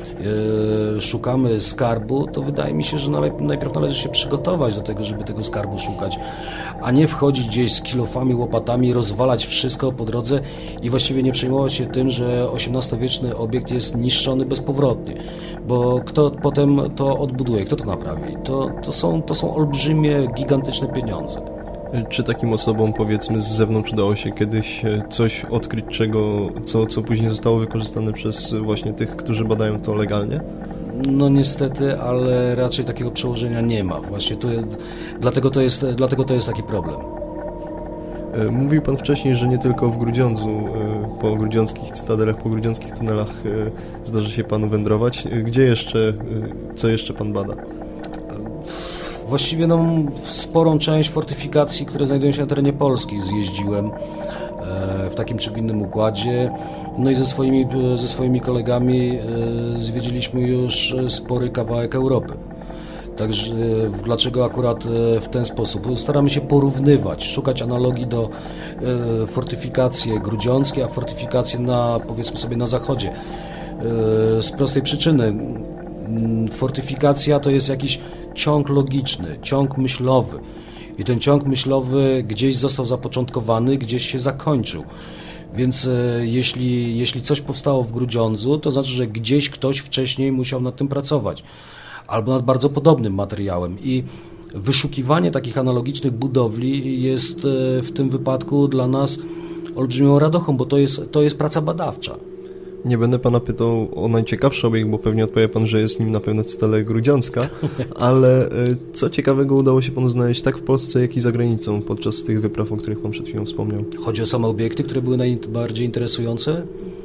szukamy skarbu, to wydaje mi się, że najpierw należy się przygotować do tego, żeby tego skarbu szukać, a nie wchodzić gdzieś z kilofami, łopatami, rozwalać wszystko po drodze i właściwie nie przejmować się tym, że osiemnastowieczny obiekt jest niszczony bezpowrotnie, bo kto potem to odbuduje, kto to naprawi? To, to, są, to są olbrzymie, gigantyczne pieniądze. Czy takim osobom, powiedzmy, z zewnątrz udało się kiedyś coś odkryć, czego, co, co później zostało wykorzystane przez właśnie tych, którzy badają to legalnie? No niestety, ale raczej takiego przełożenia nie ma. Właśnie tu, dlatego, to jest, dlatego to jest taki problem. Mówił Pan wcześniej, że nie tylko w Grudziądzu, po grudziąckich cytadelach, po grudziąckich tunelach zdarzy się Panu wędrować. Gdzie jeszcze, co jeszcze Pan bada? Właściwie no, sporą część fortyfikacji, które znajdują się na terenie Polski, zjeździłem w takim czy w innym układzie. No i ze swoimi, ze swoimi kolegami zwiedziliśmy już spory kawałek Europy. Także dlaczego akurat w ten sposób? Staramy się porównywać, szukać analogii do fortyfikacji grudziąckiej, a fortyfikacje na, powiedzmy sobie, na zachodzie. Z prostej przyczyny. Fortyfikacja to jest jakiś ciąg logiczny, ciąg myślowy. I ten ciąg myślowy gdzieś został zapoczątkowany, gdzieś się zakończył. Więc e, jeśli, jeśli coś powstało w Grudziądzu, to znaczy, że gdzieś ktoś wcześniej musiał nad tym pracować. Albo nad bardzo podobnym materiałem. I wyszukiwanie takich analogicznych budowli jest e, w tym wypadku dla nas olbrzymią radochą, bo to jest, to jest praca badawcza. Nie będę Pana pytał o najciekawszy obiekt, bo pewnie odpowie Pan, że jest nim na pewno Cytadela Grudziącka, ale co ciekawego udało się Panu znaleźć tak w Polsce, jak i za granicą podczas tych wypraw, o których Pan przed chwilą wspomniał? Chodzi o same obiekty, które były najbardziej interesujące?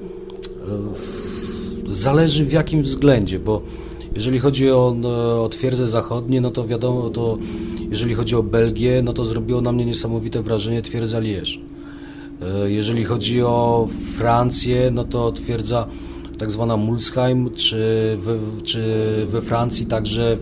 Zależy w jakim względzie, bo jeżeli chodzi o, o twierdzę zachodnie, no to wiadomo, to jeżeli chodzi o Belgię, no to zrobiło na mnie niesamowite wrażenie twierdza Liège. Jeżeli chodzi o Francję, no to twierdza tak zwana Mulsheim, czy we, czy we Francji także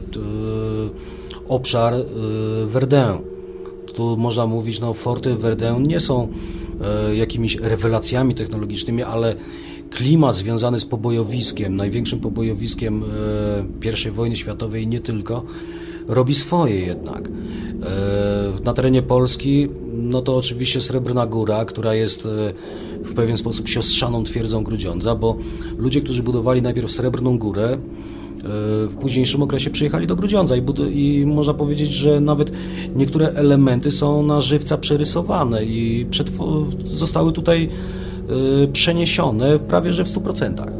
e, obszar e, Verdun. Tu można mówić, no forty Verdun nie są e, jakimiś rewelacjami technologicznymi, ale klimat związany z pobojowiskiem, największym pobojowiskiem e, pierwszej wojny światowej i nie tylko, robi swoje jednak. Na terenie Polski, no to oczywiście Srebrna Góra, która jest w pewien sposób siostrzaną twierdzą Grudziądza, bo ludzie, którzy budowali najpierw Srebrną Górę, w późniejszym okresie przyjechali do Grudziądza i, bud- i można powiedzieć, że nawet niektóre elementy są na żywca przerysowane i przetw- zostały tutaj przeniesione prawie że w stu procentach.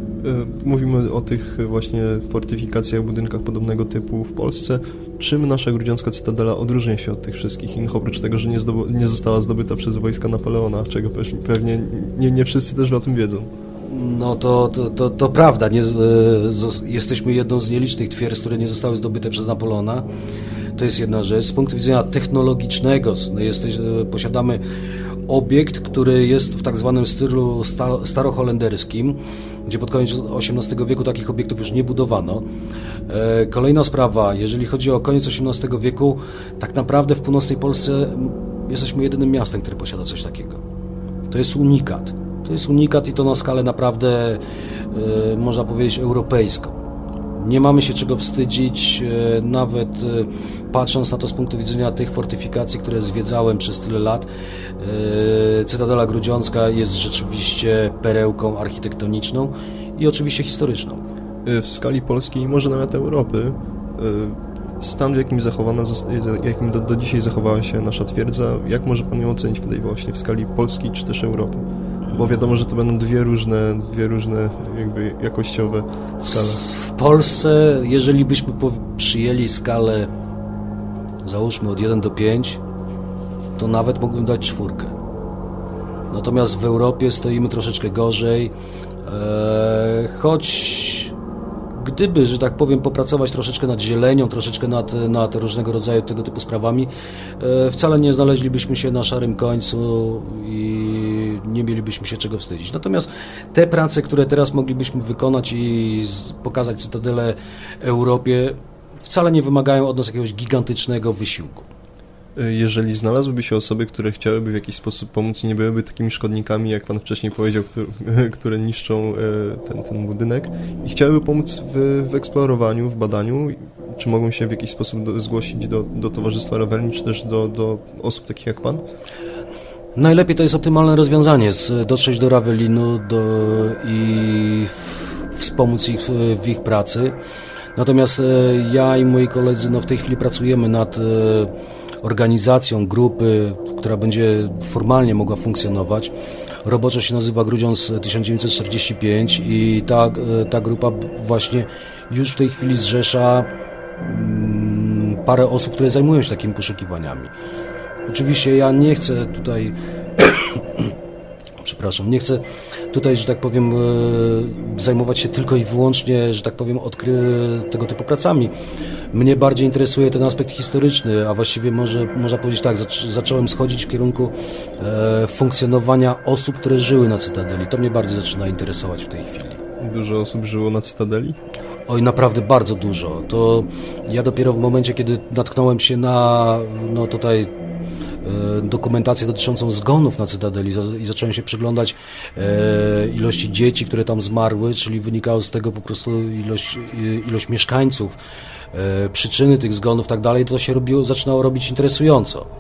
Mówimy o tych właśnie fortyfikacjach, budynkach podobnego typu w Polsce. Czym nasza grudziącka cytadela odróżnia się od tych wszystkich innych, oprócz tego, że nie, zdob- nie została zdobyta przez wojska Napoleona, czego pewnie nie, nie wszyscy też o tym wiedzą? No to, to, to, to prawda. Nie, z, jesteśmy jedną z nielicznych twierdz, które nie zostały zdobyte przez Napoleona. To jest jedna rzecz. Z punktu widzenia technologicznego no jesteś, posiadamy obiekt, który jest w tak zwanym stylu staroholenderskim, gdzie pod koniec osiemnastego wieku takich obiektów już nie budowano. Kolejna sprawa, jeżeli chodzi o koniec osiemnastego wieku, tak naprawdę w północnej Polsce jesteśmy jedynym miastem, które posiada coś takiego. To jest unikat. To jest unikat i to na skalę naprawdę, można powiedzieć, europejską. Nie mamy się czego wstydzić, nawet patrząc na to z punktu widzenia tych fortyfikacji, które zwiedzałem przez tyle lat. Cytadela Grudziącka jest rzeczywiście perełką architektoniczną i oczywiście historyczną. W skali Polski i może nawet Europy stan, w jakim zachowana, jakim do, do dzisiaj zachowała się nasza twierdza, jak może Pan ją ocenić tutaj właśnie w skali Polski czy też Europy? Bo wiadomo, że to będą dwie różne, dwie różne jakby jakościowe skale. W Polsce, jeżeli byśmy przyjęli skalę, załóżmy od jeden do pięciu, to nawet mógłbym dać czwórkę. Natomiast w Europie stoimy troszeczkę gorzej, choć gdyby, że tak powiem, popracować troszeczkę nad zielenią, troszeczkę nad, nad różnego rodzaju tego typu sprawami, wcale nie znaleźlibyśmy się na szarym końcu i nie mielibyśmy się czego wstydzić. Natomiast te prace, które teraz moglibyśmy wykonać i pokazać Cytadelę Europie, wcale nie wymagają od nas jakiegoś gigantycznego wysiłku. Jeżeli znalazłyby się osoby, które chciałyby w jakiś sposób pomóc i nie byłyby takimi szkodnikami, jak pan wcześniej powiedział, które, które niszczą ten, ten budynek i chciałyby pomóc w, w eksplorowaniu, w badaniu, czy mogą się w jakiś sposób do, zgłosić do, do Towarzystwa Ravelin, czy też do, do osób takich jak pan? Najlepiej to jest optymalne rozwiązanie, dotrzeć do Ravelinu do, i wspomóc ich w ich pracy. Natomiast ja i moi koledzy no, w tej chwili pracujemy nad organizacją grupy, która będzie formalnie mogła funkcjonować. Roboczo się nazywa Grudziądz tysiąc dziewięćset czterdzieści pięć i ta, ta grupa właśnie już w tej chwili zrzesza mm, parę osób, które zajmują się takimi poszukiwaniami. Oczywiście ja nie chcę tutaj przepraszam, nie chcę tutaj, że tak powiem, zajmować się tylko i wyłącznie, że tak powiem, odkry- tego typu pracami. Mnie bardziej interesuje ten aspekt historyczny, a właściwie może, można powiedzieć tak, zac- zacząłem schodzić w kierunku e, funkcjonowania osób, które żyły na Cytadeli. To mnie bardziej zaczyna interesować w tej chwili. Dużo osób żyło na Cytadeli? Oj, naprawdę bardzo dużo. To ja dopiero w momencie, kiedy natknąłem się na, no tutaj, dokumentację dotyczącą zgonów na Cytadeli i zacząłem się przyglądać e, ilości dzieci, które tam zmarły, czyli wynikało z tego po prostu ilość, ilość mieszkańców, e, przyczyny tych zgonów i tak dalej, to się robiło, zaczynało robić interesująco. E,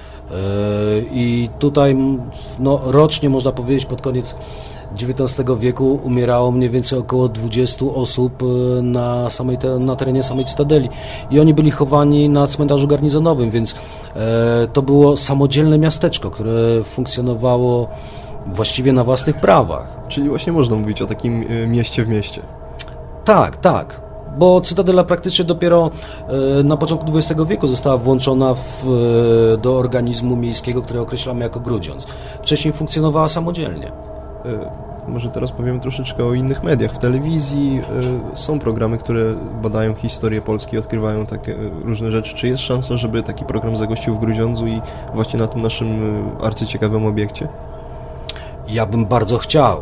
I tutaj no, rocznie, można powiedzieć, pod koniec dziewiętnastego wieku umierało mniej więcej około dwudziestu osób na, samej te, na terenie samej Cytadeli i oni byli chowani na cmentarzu garnizonowym, więc e, to było samodzielne miasteczko, które funkcjonowało właściwie na własnych prawach. Czyli właśnie można mówić o takim y, mieście w mieście. Tak, tak. Bo Cytadela praktycznie dopiero e, na początku dwudziestego wieku została włączona w, e, do organizmu miejskiego, który określamy jako Grudziądz. Wcześniej funkcjonowała samodzielnie. Może teraz powiem troszeczkę o innych mediach. W telewizji są programy, które badają historię Polski, odkrywają takie różne rzeczy. Czy jest szansa, żeby taki program zagościł w Grudziądzu i właśnie na tym naszym arcyciekawym obiekcie? Ja bym bardzo chciał.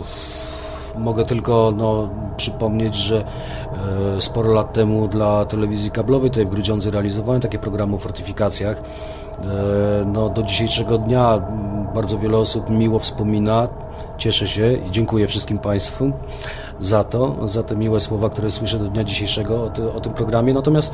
Mogę tylko no, przypomnieć, że e, sporo lat temu dla telewizji kablowej tutaj w Grudziądzu realizowałem takie programy o fortyfikacjach. E, no, do dzisiejszego dnia bardzo wiele osób miło wspomina, cieszę się i dziękuję wszystkim Państwu za to, za te miłe słowa, które słyszę do dnia dzisiejszego o, ty, o tym programie. Natomiast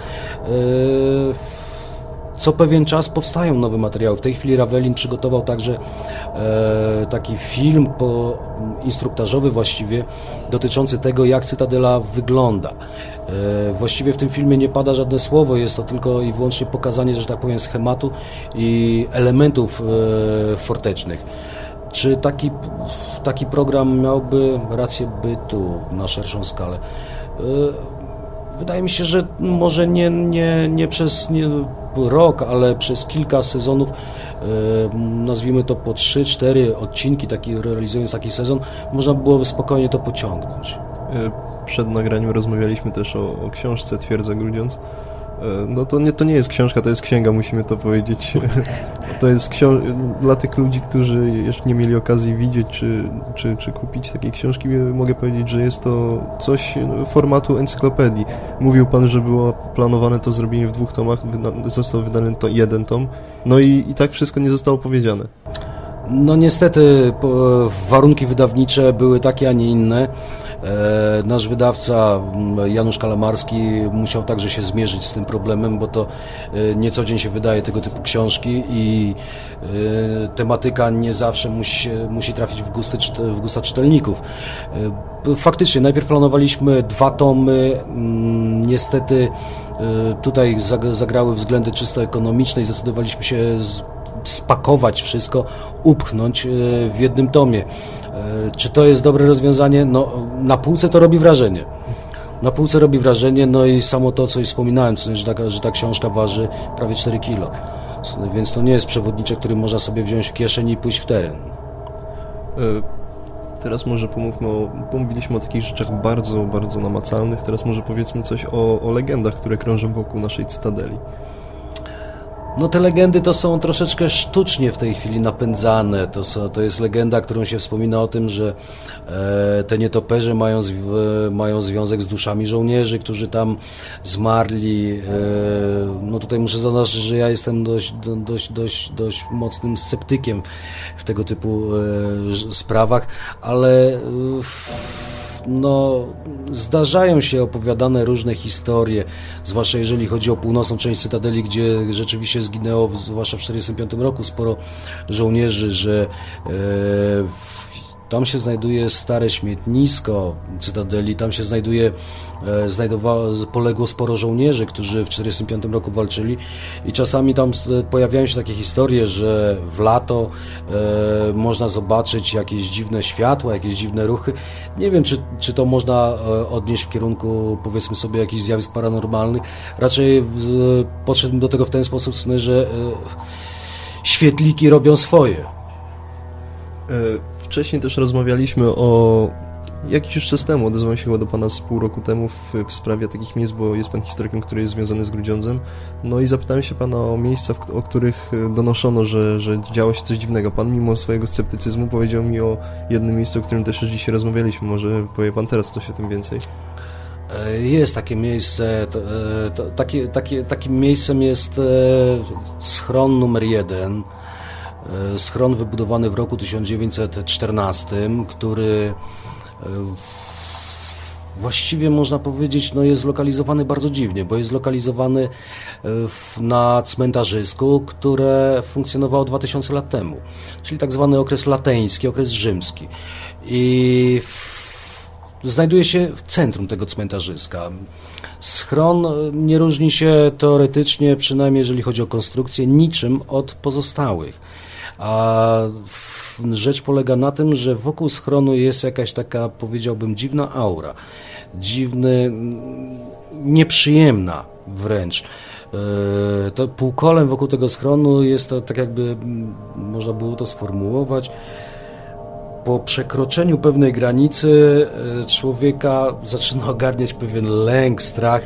e, co pewien czas powstają nowe materiały. W tej chwili Ravelin przygotował także e, taki film po, instruktażowy właściwie dotyczący tego, jak Cytadela wygląda. E, właściwie w tym filmie nie pada żadne słowo, jest to tylko i wyłącznie pokazanie, że tak powiem, schematu i elementów e, fortecznych. Czy taki, taki program miałby rację bytu na szerszą skalę? E, Wydaje mi się, że może nie, nie, nie przez nie rok, ale przez kilka sezonów, e, nazwijmy to po trzy cztery odcinki, taki, realizując taki sezon, można byłoby spokojnie to pociągnąć. Przed nagraniem rozmawialiśmy też o, o książce Twierdza Grudziądz. No to nie, to nie jest książka, to jest księga, musimy to powiedzieć. To jest książ- dla tych ludzi, którzy jeszcze nie mieli okazji widzieć czy, czy, czy kupić takiej książki, mogę powiedzieć, że jest to coś formatu encyklopedii. Mówił pan, że było planowane to zrobienie w dwóch tomach, wyda- został wydany to jeden tom, no i, i tak wszystko nie zostało powiedziane. No niestety warunki wydawnicze były takie, a nie inne. Nasz wydawca Janusz Kalamarski musiał także się zmierzyć z tym problemem, bo to nie co dzień się wydaje tego typu książki i tematyka nie zawsze musi, musi trafić w, gusty, w gusta czytelników. Faktycznie, najpierw planowaliśmy dwa tomy, niestety tutaj zagrały względy czysto ekonomiczne i zdecydowaliśmy się spakować wszystko, upchnąć w jednym tomie. Czy to jest dobre rozwiązanie? No, na półce to robi wrażenie. Na półce robi wrażenie, no i samo to, co już wspominałem, że ta, że ta książka waży prawie cztery kilo. Więc to nie jest przewodniczek, który można sobie wziąć w kieszeni i pójść w teren. Teraz może pomówmy o, pomówiliśmy o takich rzeczach bardzo, bardzo namacalnych, teraz może powiedzmy coś o, o legendach, które krążą wokół naszej cytadeli. No te legendy to są troszeczkę sztucznie w tej chwili napędzane. To, są, to jest legenda, którą się wspomina o tym, że e, te nietoperze mają, zw- mają związek z duszami żołnierzy, którzy tam zmarli. E, no tutaj muszę zaznaczyć, że ja jestem dość, dość, dość, dość mocnym sceptykiem w tego typu e, sprawach, ale e, no, zdarzają się opowiadane różne historie, zwłaszcza jeżeli chodzi o północną część Cytadeli, gdzie rzeczywiście zginęło, zwłaszcza w tysiąc dziewięćset czterdziestym piątym roku, sporo żołnierzy, że e, tam się znajduje stare śmietnisko Cytadeli, tam się znajduje, e, znajdowało, poległo sporo żołnierzy, którzy w tysiąc dziewięćset czterdziestym piątym roku walczyli i czasami tam pojawiają się takie historie, że w lato e, można zobaczyć jakieś dziwne światła, jakieś dziwne ruchy. Nie wiem, czy, czy to można odnieść w kierunku, powiedzmy sobie, jakichś zjawisk paranormalnych. Raczej w, podszedłem do tego w ten sposób, że e, świetliki robią swoje. Wcześniej też rozmawialiśmy o... Jakiś już czas temu odezwałem się chyba do Pana z pół roku temu w, w sprawie takich miejsc, bo jest Pan historykiem, który jest związany z Grudziądzem. No i zapytałem się Pana o miejsca, w, o których donoszono, że, że działo się coś dziwnego. Pan mimo swojego sceptycyzmu powiedział mi o jednym miejscu, o którym też już dzisiaj rozmawialiśmy. Może powie Pan teraz coś o tym więcej? Jest takie miejsce, to, to, takie, takie, takim miejscem jest schron numer jeden. Schron wybudowany w roku tysiąc dziewięćset czternastym, który właściwie można powiedzieć, no jest zlokalizowany bardzo dziwnie, bo jest zlokalizowany w, na cmentarzysku, które funkcjonowało dwa tysiące lat temu, czyli tak zwany okres lateński, okres rzymski. I w, znajduje się w centrum tego cmentarzyska. Schron nie różni się teoretycznie, przynajmniej jeżeli chodzi o konstrukcję, niczym od pozostałych. A rzecz polega na tym, że wokół schronu jest jakaś taka, powiedziałbym, dziwna aura, dziwny, nieprzyjemna wręcz. To półkolem wokół tego schronu jest to, tak jakby można było to sformułować, po przekroczeniu pewnej granicy człowieka zaczyna ogarniać pewien lęk, strach.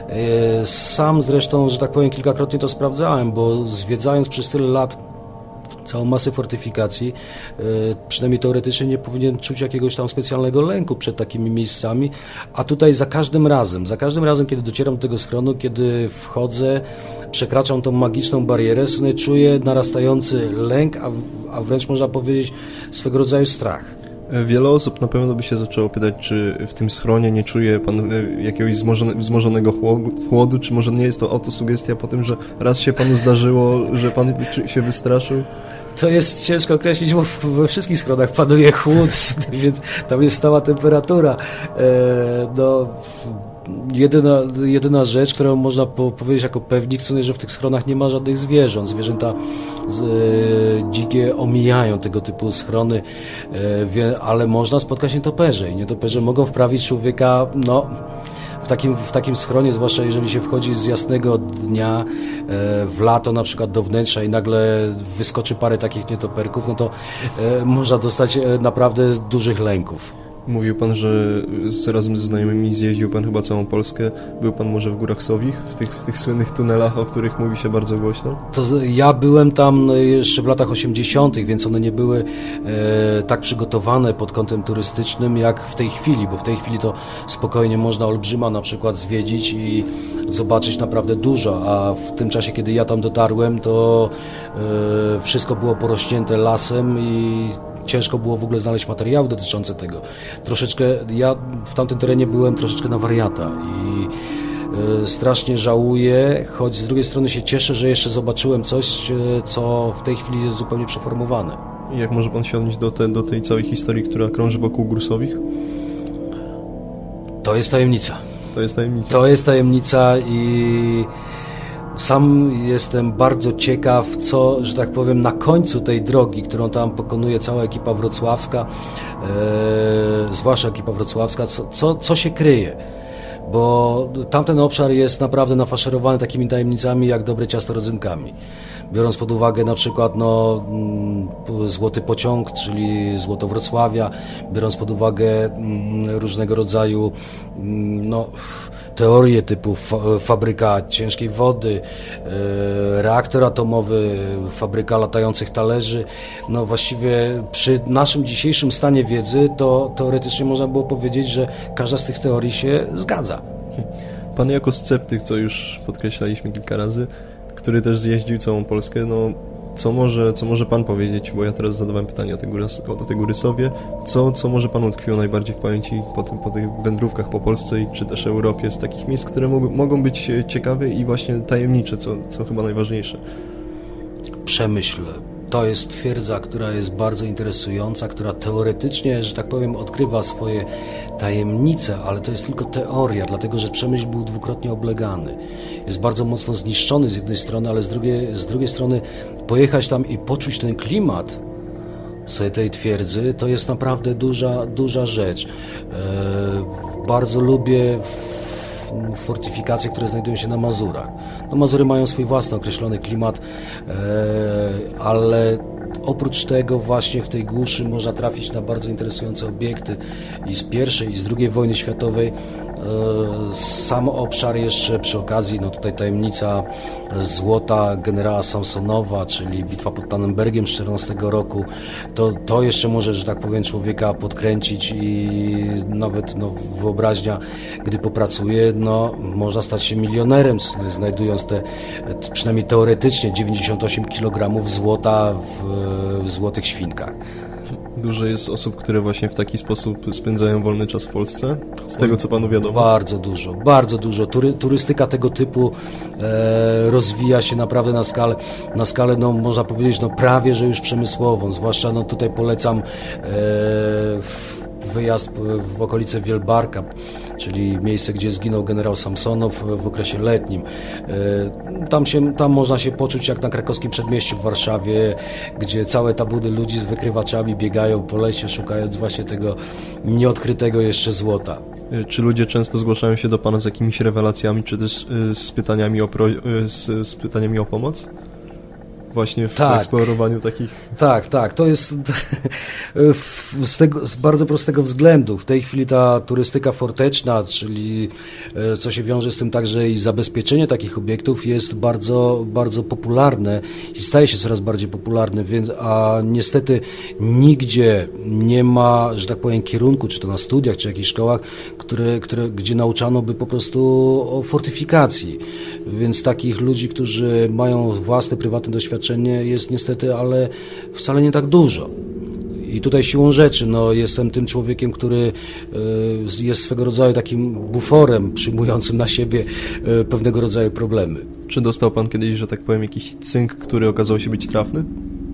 Sam zresztą, że tak powiem, kilkakrotnie to sprawdzałem, bo zwiedzając przez tyle lat całą masę fortyfikacji, przynajmniej teoretycznie nie powinien czuć jakiegoś tam specjalnego lęku przed takimi miejscami, a tutaj za każdym razem, za każdym razem, kiedy docieram do tego schronu, kiedy wchodzę, przekraczam tą magiczną barierę, czuję narastający lęk, a, a wręcz można powiedzieć swego rodzaju strach. Wiele osób na pewno by się zaczęło pytać, czy w tym schronie nie czuje Pan jakiegoś wzmożone, wzmożonego chłodu, czy może nie jest to autosugestia po tym, że raz się Panu zdarzyło, że Pan się wystraszył? To jest ciężko określić, bo we wszystkich schronach panuje chłód, więc tam jest stała temperatura. No, jedyna, jedyna rzecz, którą można po, powiedzieć jako pewnik, to jest, że w tych schronach nie ma żadnych zwierząt. Zwierzęta z, e, dzikie omijają tego typu schrony, e, wie, ale można spotkać nietoperze i nietoperze mogą wprawić człowieka, no... W takim, w takim schronie, zwłaszcza jeżeli się wchodzi z jasnego dnia e, w lato na przykład do wnętrza i nagle wyskoczy parę takich nietoperków, no to e, można dostać e, naprawdę dużych lęków. Mówił Pan, że z, razem ze znajomymi zjeździł Pan chyba całą Polskę. Był Pan może w Górach Sowich, w tych, w tych słynnych tunelach, o których mówi się bardzo głośno? To ja byłem tam jeszcze w latach osiemdziesiątych, więc one nie były e, tak przygotowane pod kątem turystycznym jak w tej chwili, bo w tej chwili to spokojnie można Olbrzyma na przykład zwiedzić i zobaczyć naprawdę dużo, a w tym czasie, kiedy ja tam dotarłem, to e, wszystko było porośnięte lasem i ciężko było w ogóle znaleźć materiały dotyczące tego. Troszeczkę, ja w tamtym terenie byłem troszeczkę na wariata i y, strasznie żałuję, choć z drugiej strony się cieszę, że jeszcze zobaczyłem coś, y, co w tej chwili jest zupełnie przeformowane. I jak może Pan się odnieść do, te, do tej całej historii, która krąży wokół Gór Sowich? To jest tajemnica. To jest tajemnica. To jest tajemnica i sam jestem bardzo ciekaw, co, że tak powiem, na końcu tej drogi, którą tam pokonuje cała ekipa wrocławska, e, zwłaszcza ekipa wrocławska, co, co, co się kryje. Bo tamten obszar jest naprawdę nafaszerowany takimi tajemnicami jak dobre ciasto rodzynkami. biorąc pod uwagę na przykład no, Złoty Pociąg, czyli złoto Wrocławia, biorąc pod uwagę różnego rodzaju no, teorie typu fabryka ciężkiej wody, reaktor atomowy, fabryka latających talerzy. No właściwie przy naszym dzisiejszym stanie wiedzy to teoretycznie można było powiedzieć, że każda z tych teorii się zgadza. Pan jako sceptyk, co już podkreślaliśmy kilka razy, który też zjeździł całą Polskę, no co może, co może Pan powiedzieć, bo ja teraz zadawałem pytanie o tej, Górys, o tej Górysowie, co, co może Panu utkwiło najbardziej w pamięci po, tym, po tych wędrówkach po Polsce czy też Europie, z takich miejsc, które mogą, mogą być ciekawe i właśnie tajemnicze, co, co chyba najważniejsze? Przemyśl. To jest twierdza, która jest bardzo interesująca, która teoretycznie, że tak powiem, odkrywa swoje tajemnice, ale to jest tylko teoria, dlatego że Przemyśl był dwukrotnie oblegany. Jest bardzo mocno zniszczony z jednej strony, ale z drugiej, z drugiej strony pojechać tam i poczuć ten klimat sobie tej twierdzy, to jest naprawdę duża, duża rzecz. E, bardzo lubię fortyfikacje, które znajdują się na Mazurach. No, Mazury mają swój własny określony klimat, e, ale oprócz tego właśnie w tej głuszy można trafić na bardzo interesujące obiekty i z pierwszej i z drugiej wojny światowej. Sam obszar jeszcze przy okazji, no tutaj tajemnica złota generała Samsonowa, czyli bitwa pod Tannenbergiem z czternastego roku, to, to jeszcze może, że tak powiem, człowieka podkręcić i nawet no, wyobraźnia, gdy popracuje, no można stać się milionerem, znajdując te, przynajmniej teoretycznie, dziewięćdziesiąt osiem kilogramów złota w, w złotych świnkach. Dużo jest osób, które właśnie w taki sposób spędzają wolny czas w Polsce? Z tego, co Panu wiadomo? Bardzo dużo, bardzo dużo. Tury, turystyka tego typu e, rozwija się naprawdę na skalę, na skalę, no można powiedzieć, no prawie, że już przemysłową. Zwłaszcza no tutaj polecam e, wyjazd w okolice Wielbarka, czyli miejsce, gdzie zginął generał Samsonow w okresie letnim. Tam, się, tam można się poczuć jak na krakowskim przedmieściu w Warszawie, gdzie całe tabuny ludzi z wykrywaczami biegają po lesie, szukając właśnie tego nieodkrytego jeszcze złota. Czy ludzie często zgłaszają się do Pana z jakimiś rewelacjami, czy też z pytaniami o, pro, z, z pytaniami o pomoc? Właśnie w tak, eksplorowaniu takich... Tak, tak. To jest z, tego, z bardzo prostego względu. W tej chwili ta turystyka forteczna, czyli co się wiąże z tym także i zabezpieczenie takich obiektów jest bardzo, bardzo popularne i staje się coraz bardziej popularne, więc, a niestety nigdzie nie ma, że tak powiem, kierunku, czy to na studiach, czy jakichś szkołach, które, które, gdzie nauczano by po prostu o fortyfikacji. Więc takich ludzi, którzy mają własne, prywatne doświadczenie, jest niestety, ale wcale nie tak dużo. I tutaj siłą rzeczy, no, jestem tym człowiekiem, który y, jest swego rodzaju takim buforem przyjmującym na siebie y, pewnego rodzaju problemy. Czy dostał Pan kiedyś, że tak powiem, jakiś cynk, który okazał się być trafny?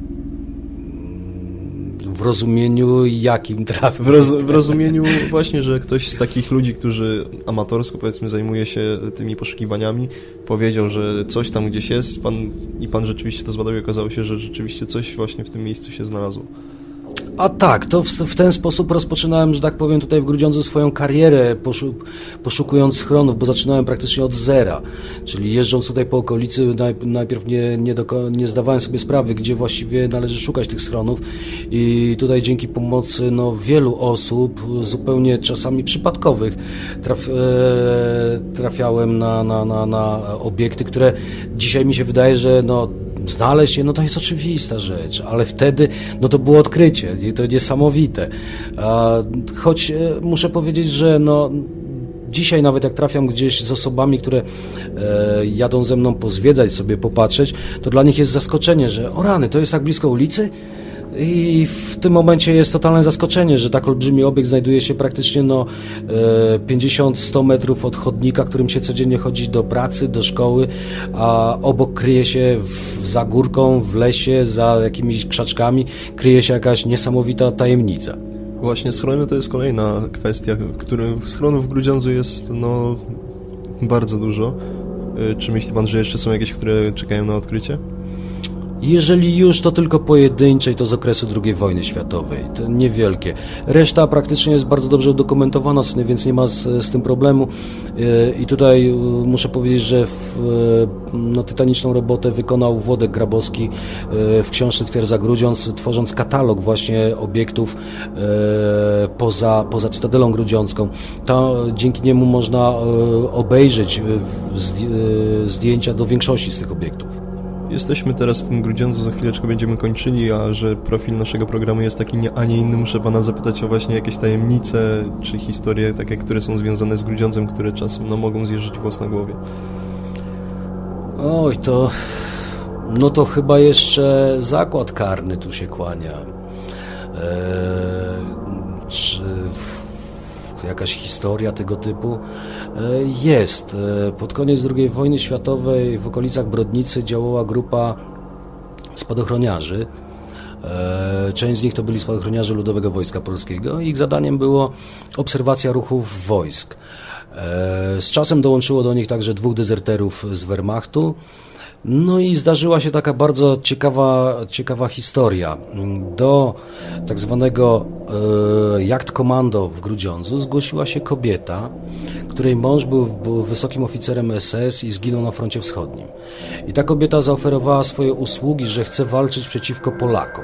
W rozumieniu jakim trafny? W, roz, w rozumieniu właśnie, że ktoś z takich ludzi, którzy amatorsko, powiedzmy, zajmuje się tymi poszukiwaniami, powiedział, że coś tam gdzieś jest, pan, i Pan rzeczywiście to zbadał i okazało się, że rzeczywiście coś właśnie w tym miejscu się znalazło. A tak, to w, w ten sposób rozpoczynałem, że tak powiem, tutaj w Grudziądzu swoją karierę, poszu, poszukując schronów, bo zaczynałem praktycznie od zera, czyli jeżdżąc tutaj po okolicy, najpierw nie, nie, do, nie zdawałem sobie sprawy, gdzie właściwie należy szukać tych schronów i tutaj dzięki pomocy no, wielu osób, zupełnie czasami przypadkowych, traf, e, trafiałem na, na, na, na obiekty, które dzisiaj mi się wydaje, że no, znaleźć je, no to jest oczywista rzecz, ale wtedy, no to było odkrycie i to niesamowite. Choć muszę powiedzieć, że no dzisiaj nawet jak trafiam gdzieś z osobami, które e, jadą ze mną pozwiedzać sobie, popatrzeć, to dla nich jest zaskoczenie, że o rany, to jest tak blisko ulicy? I w tym momencie jest totalne zaskoczenie, że tak olbrzymi obiekt znajduje się praktycznie no, pięćdziesiąt do stu metrów od chodnika, którym się codziennie chodzi do pracy, do szkoły, a obok kryje się w, za górką, w lesie, za jakimiś krzaczkami, kryje się jakaś niesamowita tajemnica. Właśnie schrony to jest kolejna kwestia, których schronów w Grudziądzu jest no, bardzo dużo. Czy myśli Pan, że jeszcze są jakieś, które czekają na odkrycie? Jeżeli już, to tylko pojedyncze i to z okresu drugiej wojny światowej, to niewielkie. Reszta praktycznie jest bardzo dobrze udokumentowana, więc nie ma z, z tym problemu. I tutaj muszę powiedzieć, że w, no, tytaniczną robotę wykonał Włodek Grabowski w książce Twierdza Grudziądz, tworząc katalog właśnie obiektów poza, poza Cytadelą Grudziącką. To, dzięki niemu można obejrzeć zdjęcia do większości z tych obiektów. Jesteśmy teraz w tym Grudziądzu, za chwileczkę będziemy kończyli, a że profil naszego programu jest taki, nie, a nie inny, muszę pana zapytać o właśnie jakieś tajemnice czy historie, takie, które są związane z Grudziądzem, które czasem no, mogą zjeżyć włos na głowie. Oj, to... no to chyba jeszcze zakład karny tu się kłania. Eee, czy... jakaś historia tego typu jest. Pod koniec drugiej wojny światowej w okolicach Brodnicy działała grupa spadochroniarzy. Część z nich to byli spadochroniarze Ludowego Wojska Polskiego. Ich zadaniem było obserwacja ruchów wojsk. Z czasem dołączyło do nich także dwóch dezerterów z Wehrmachtu. No i zdarzyła się taka bardzo ciekawa, ciekawa historia. Do tak zwanego e, Jagdkommando w Grudziądzu zgłosiła się kobieta, której mąż był, był wysokim oficerem S S i zginął na froncie wschodnim. I ta kobieta zaoferowała swoje usługi, że chce walczyć przeciwko Polakom.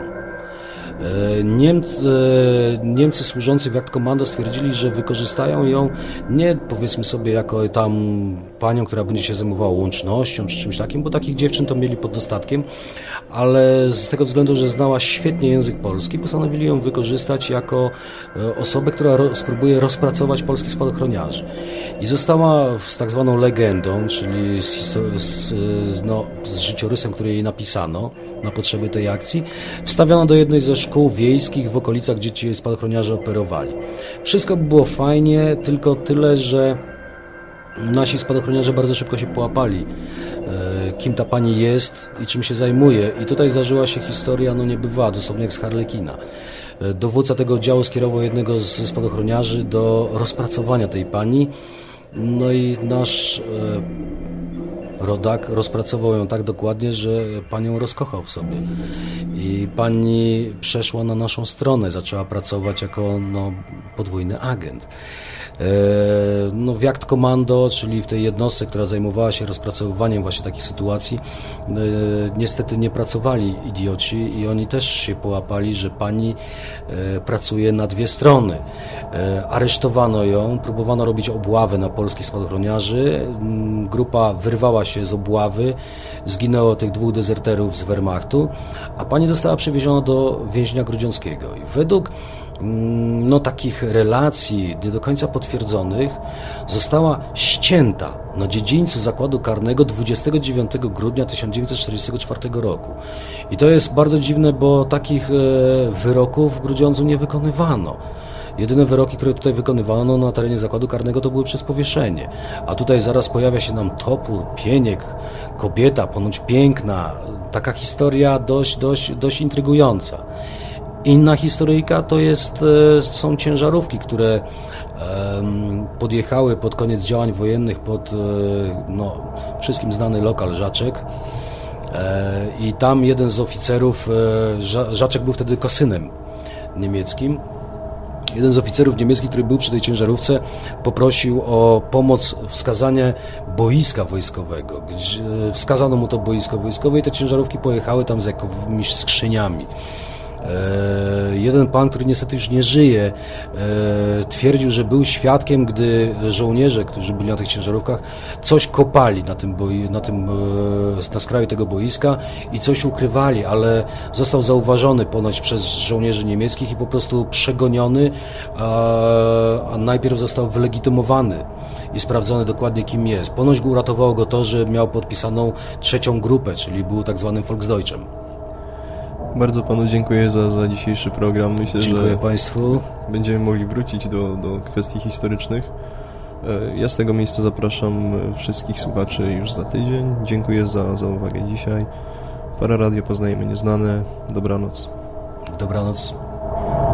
Niemcy, Niemcy służący w Jagdkommando stwierdzili, że wykorzystają ją nie, powiedzmy sobie, jako tam panią, która będzie się zajmowała łącznością czy czymś takim, bo takich dziewczyn to mieli pod dostatkiem, ale z tego względu, że znała świetnie język polski, postanowili ją wykorzystać jako osobę, która ro, spróbuje rozpracować polskich spadochroniarzy. I została z tak zwaną legendą, czyli z, z, no, z życiorysem, który jej napisano na potrzeby tej akcji, wstawiona do jednej ze szkół wiejskich w okolicach, gdzie ci spadochroniarze operowali. Wszystko było fajnie, tylko tyle, że nasi spadochroniarze bardzo szybko się połapali, kim ta pani jest i czym się zajmuje. I tutaj zdarzyła się historia, no niebywała, dosłownie jak z Harlekina. Dowódca tego oddziału skierował jednego z spadochroniarzy do rozpracowania tej pani, no i nasz rodak rozpracował ją tak dokładnie, że panią rozkochał w sobie. I pani przeszła na naszą stronę, zaczęła pracować jako no, podwójny agent. No, w Jagdkommando, czyli w tej jednostce, która zajmowała się rozpracowywaniem właśnie takich sytuacji, niestety nie pracowali idioci i oni też się połapali, że pani pracuje na dwie strony. Aresztowano ją, próbowano robić obławę na polskich spadochroniarzy, grupa wyrwała się z obławy, zginęło tych dwóch dezerterów z Wehrmachtu, a pani została przewieziona do więzienia grudziąckiego. I według no, takich relacji nie do końca potwierdzonych została ścięta na dziedzińcu zakładu karnego dwudziestego dziewiątego grudnia tysiąc dziewięćset czterdziestego czwartego roku. I to jest bardzo dziwne, bo takich wyroków w Grudziądzu nie wykonywano. Jedyne wyroki, które tutaj wykonywano na terenie zakładu karnego, to były przez powieszenie. A tutaj zaraz pojawia się nam topór, pieniek, kobieta, ponoć piękna. Taka historia dość, dość, dość intrygująca. Inna historyjka to jest, są ciężarówki, które podjechały pod koniec działań wojennych pod no, wszystkim znany lokal Żaczek. I tam jeden z oficerów, Żaczek był wtedy kosynem niemieckim, jeden z oficerów niemieckich, który był przy tej ciężarówce, poprosił o pomoc, wskazanie boiska wojskowego. Wskazano mu to boisko wojskowe i te ciężarówki pojechały tam z jakimiś skrzyniami. Jeden pan, który niestety już nie żyje, twierdził, że był świadkiem, gdy żołnierze, którzy byli na tych ciężarówkach, coś kopali na tym, boi, na, tym na skraju tego boiska i coś ukrywali, ale został zauważony ponoć przez żołnierzy niemieckich i po prostu przegoniony, a, a najpierw został wylegitymowany i sprawdzony dokładnie, kim jest. Ponoć go uratowało go to, że miał podpisaną trzecią grupę, czyli był tak zwanym Volksdeutschem. Bardzo panu dziękuję za, za dzisiejszy program. Myślę, dziękuję że państwu. Będziemy mogli wrócić do, do kwestii historycznych. Ja z tego miejsca zapraszam wszystkich słuchaczy już za tydzień. Dziękuję za, za uwagę dzisiaj. Para Radio Poznajemy Nieznane. Dobranoc. Dobranoc.